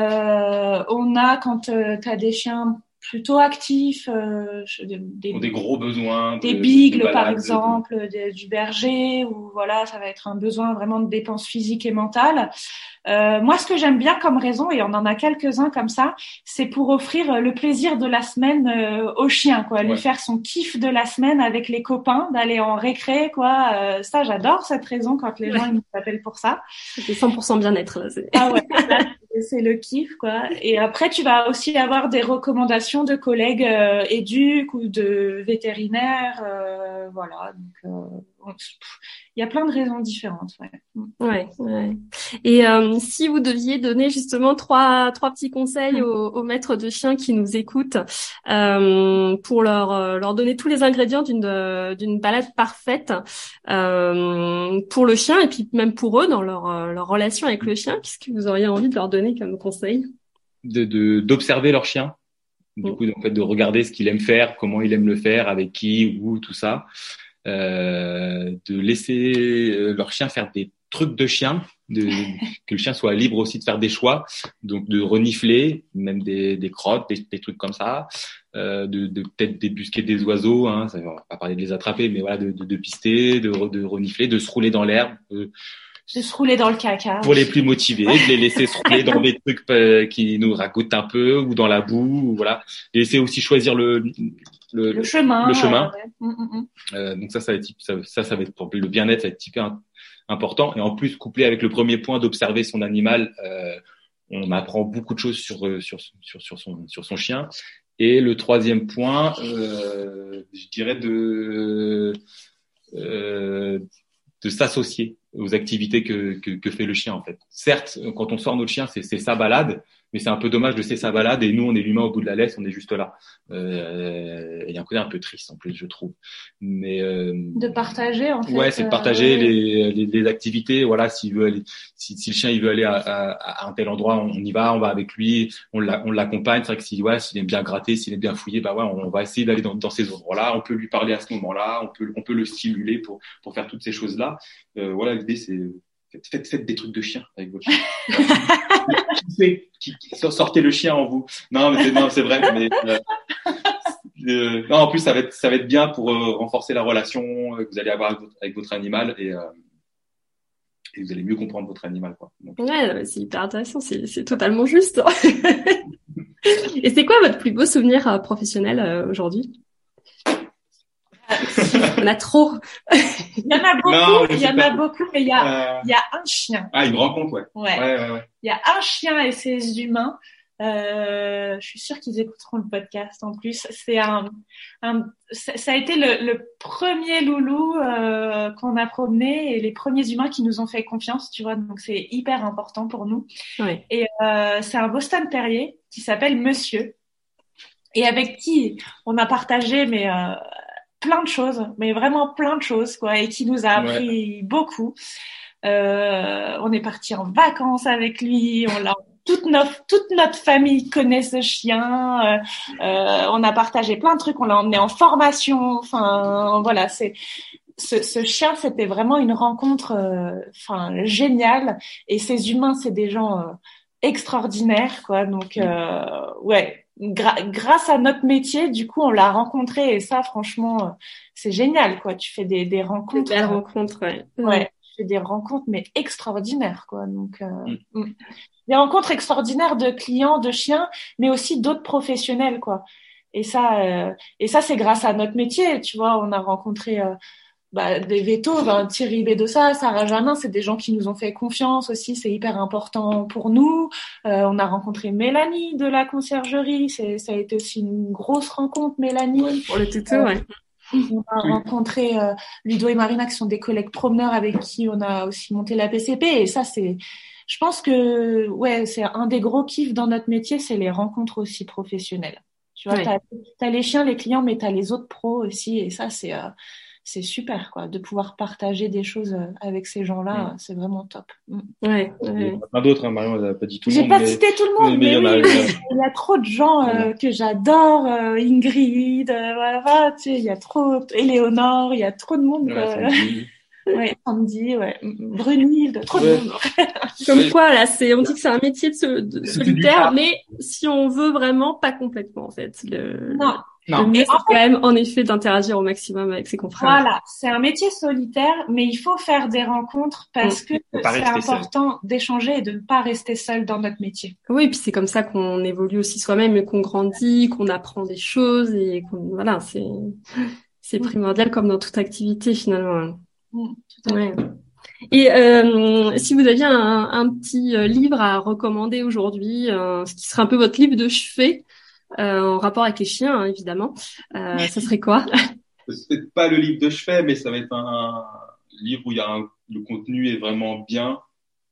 On a quand tu as des chiens plutôt actifs, des gros besoins, des beagles par exemple, du berger, où voilà, ça va être un besoin vraiment de dépense physique et mentale. Moi, ce que j'aime bien comme raison, et on en a quelques-uns comme ça, c'est pour offrir le plaisir de la semaine au chien, quoi, lui faire son kiff de la semaine avec les copains, d'aller en récré, quoi. Ça, j'adore cette raison quand les gens ils nous appellent pour ça. C'est 100% bien-être là. Ah ouais. C'est le kiff, quoi. Et après, tu vas aussi avoir des recommandations de collègues éduques ou de vétérinaires, voilà. Donc, il y a plein de raisons différentes. Ouais. Et si vous deviez donner justement trois petits conseils aux maîtres de chiens qui nous écoutent, pour leur donner tous les ingrédients d'une balade parfaite pour le chien, et puis même pour eux dans leur relation avec le chien, qu'est-ce que vous auriez envie de leur donner comme conseil? D'observer leur chien. Du coup, en fait, de regarder ce qu'il aime faire, comment il aime le faire, avec qui, où, tout ça. De laisser leur chien faire des trucs de chien, que le chien soit libre aussi de faire des choix, donc de renifler, même des crottes, des trucs comme ça, de peut-être débusquer des oiseaux, hein, ça, on va pas parler de les attraper, mais voilà, de pister, de renifler, de se rouler dans l'herbe. De se rouler dans le caca. Pour les plus motivés, de les laisser se rouler dans des trucs qui nous ragoûtent un peu ou dans la boue, ou voilà. Et laisser aussi choisir le chemin. Ouais. Donc ça va être pour le bien-être, ça va être hyper important. Et en plus, couplé avec le premier point d'observer son animal, on apprend beaucoup de choses sur son chien. Et le troisième point, je dirais de s'associer aux activités que fait le chien, en fait. Certes, quand on sort notre chien, c'est sa balade, mais c'est un peu dommage de laisser sa balade et nous, on est l'humain au bout de la laisse, on est juste là. Il y a un côté un peu triste, en plus, je trouve. Mais de partager, en fait. Ouais, c'est de partager les activités. Voilà, s'il veut aller, si le chien il veut aller à un tel endroit, on y va, on va avec lui, on l'accompagne. C'est vrai que s'il aime bien gratter, s'il aime bien fouiller, bah ouais, on va essayer d'aller dans ces endroits-là. On peut lui parler à ce moment-là, on peut le stimuler pour faire toutes ces choses-là. Voilà, l'idée c'est faites des trucs de chien avec votre chien. Sortez le chien en vous. Non, c'est vrai. Mais non, en plus ça va être bien pour renforcer la relation que vous allez avoir avec votre animal et vous allez mieux comprendre votre animal, quoi. Donc, ouais, c'est hyper intéressant. C'est totalement juste. Et c'est quoi votre plus beau souvenir professionnel aujourd'hui? Il y en a trop. Il y en a beaucoup, mais il y a un chien. Ah, une rencontre, ouais. Ouais. Il y a un chien et ses humains. Je suis sûre qu'ils écouteront le podcast en plus. Ça a été le premier loulou qu'on a promené et les premiers humains qui nous ont fait confiance, tu vois. Donc c'est hyper important pour nous. Ouais. Et c'est un Boston Terrier qui s'appelle Monsieur et avec qui on a partagé plein de choses, mais vraiment plein de choses, quoi, et qui nous a appris beaucoup. On est parti en vacances avec lui, toute notre famille connaît ce chien, on a partagé plein de trucs, on l'a emmené en formation, enfin, voilà, ce chien, c'était vraiment une rencontre, géniale, et ces humains, c'est des gens extraordinaires, quoi, donc, ouais. Grâce à notre métier, du coup, on l'a rencontré et ça, franchement, c'est génial, quoi. Tu fais des rencontres. Des belles rencontres, ouais. Ouais, tu fais des rencontres, mais extraordinaires, quoi. Donc, des rencontres extraordinaires de clients, de chiens, mais aussi d'autres professionnels, quoi. Et ça, c'est grâce à notre métier, tu vois. On a rencontré des vétos, Thierry Bédossa, Sarah Janin, c'est des gens qui nous ont fait confiance aussi, c'est hyper important pour nous. On a rencontré Mélanie de la conciergerie, ça a été aussi une grosse rencontre, Mélanie. Pour le tuto, ouais. On a rencontré Ludo et Marina qui sont des collègues promeneurs avec qui on a aussi monté la PCP et ça je pense que c'est un des gros kiffs dans notre métier, c'est les rencontres aussi professionnelles. Tu vois, t'as les chiens, les clients, mais t'as les autres pros aussi et ça c'est super, quoi, de pouvoir partager des choses avec ces gens-là, c'est vraiment top. Ouais. Il y en a plein d'autres, Marion, elle n'a pas dit tout le monde. J'ai pas cité tout le monde, mais il y a trop de gens que j'adore, Ingrid, voilà, tu sais, il y a trop, Éléonore, il y a trop de monde. Sandy, Brunilde, trop de monde. Comme quoi, là, on dit que c'est un métier de solitaire, mais si on veut vraiment, pas complètement, en fait. Non, mais c'est quand même, en effet, d'interagir au maximum avec ses confrères. Voilà, c'est un métier solitaire, mais il faut faire des rencontres parce que c'est important d'échanger et de ne pas rester seul dans notre métier. Oui, puis c'est comme ça qu'on évolue aussi soi-même et qu'on grandit, qu'on apprend des choses et voilà, c'est primordial comme dans toute activité finalement. Tout à fait. Et si vous aviez un petit livre à recommander aujourd'hui, ce qui serait un peu votre livre de chevet, en rapport avec les chiens, hein, évidemment. Ça serait quoi? C'est pas le livre de chevet, mais ça va être un livre où le contenu est vraiment bien.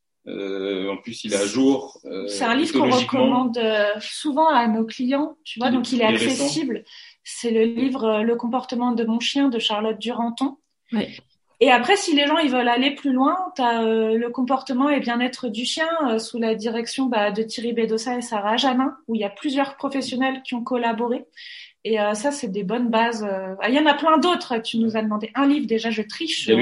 En plus, il est à jour. C'est un livre qu'on recommande souvent à nos clients, tu vois, donc il est accessible. C'est le livre Le comportement de mon chien de Charlotte Duranton. Ouais. Et après, si les gens ils veulent aller plus loin, t'as le comportement et bien-être du chien sous la direction de Thierry Bédossa et Sarah Janin, où il y a plusieurs professionnels qui ont collaboré. Et ça, c'est des bonnes bases. Il y en a plein d'autres. Tu nous as demandé un livre, déjà je triche. Il y a le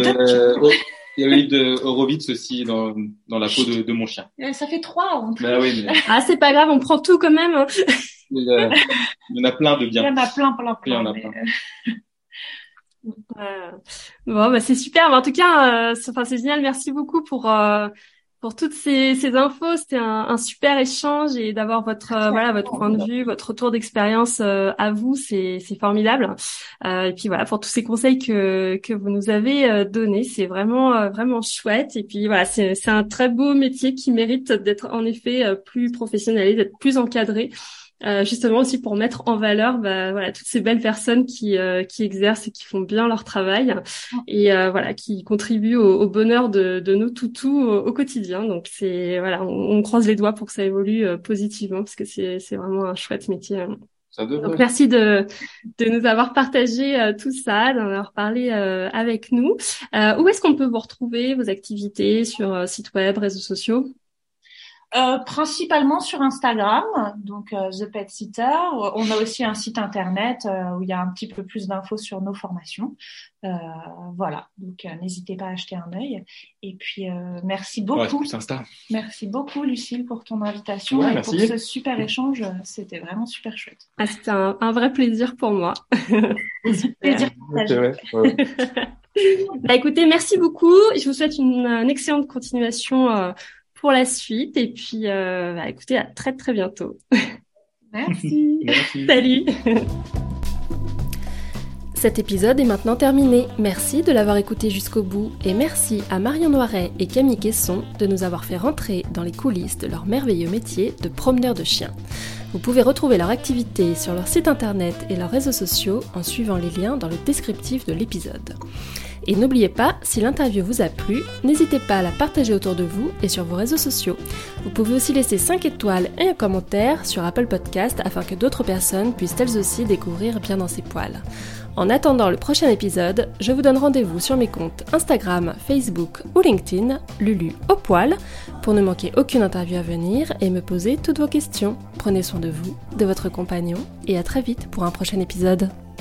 livre de Horowitz aussi dans la peau de mon chien. Ça fait 3. On bah oui, mais... Ah, c'est pas grave, on prend tout quand même. Hein. Il y en a plein de bien. Il y en a plein. Bon, bah c'est super. Mais en tout cas, c'est génial. Merci beaucoup pour toutes ces infos. C'était un super échange et d'avoir votre point de vue, votre retour d'expérience à vous, c'est formidable. Et puis voilà, pour tous ces conseils que vous nous avez donnés, c'est vraiment chouette. Et puis voilà, c'est un très beau métier qui mérite d'être en effet plus professionnalisé, d'être plus encadré. Justement aussi pour mettre en valeur toutes ces belles personnes qui exercent et qui font bien leur travail et qui contribuent au bonheur de nos toutous au quotidien. Donc on croise les doigts pour que ça évolue positivement parce que c'est vraiment un chouette métier. Donc merci de nous avoir partagé tout ça, d'en avoir parlé avec nous. Où est-ce qu'on peut vous retrouver, vos activités sur site web, réseaux sociaux? Principalement sur Instagram, donc The Pet Sitter. On a aussi un site internet où il y a un petit peu plus d'infos sur nos formations. Voilà, donc n'hésitez pas à jeter un œil. Et puis merci beaucoup. Ouais, Insta. Merci beaucoup Lucille pour ton invitation et pour ce super échange. C'était vraiment super chouette. C'était un vrai plaisir pour moi. Plaisir partagé. Ouais. Écoutez, merci beaucoup. Je vous souhaite une excellente continuation pour la suite et puis écoutez, à très très bientôt. Merci. Salut. Cet épisode est maintenant terminé. Merci de l'avoir écouté jusqu'au bout et merci à Marion Noiret et Camille Quesson de nous avoir fait rentrer dans les coulisses de leur merveilleux métier de promeneur de chiens. Vous pouvez retrouver leur activité sur leur site internet et leurs réseaux sociaux en suivant les liens dans le descriptif de l'épisode. Et n'oubliez pas, si l'interview vous a plu, n'hésitez pas à la partager autour de vous et sur vos réseaux sociaux. Vous pouvez aussi laisser 5 étoiles et un commentaire sur Apple Podcast afin que d'autres personnes puissent elles aussi découvrir Bien dans ses poils. En attendant le prochain épisode, je vous donne rendez-vous sur mes comptes Instagram, Facebook ou LinkedIn, Lulu au poil, pour ne manquer aucune interview à venir et me poser toutes vos questions. Prenez soin de vous, de votre compagnon et à très vite pour un prochain épisode.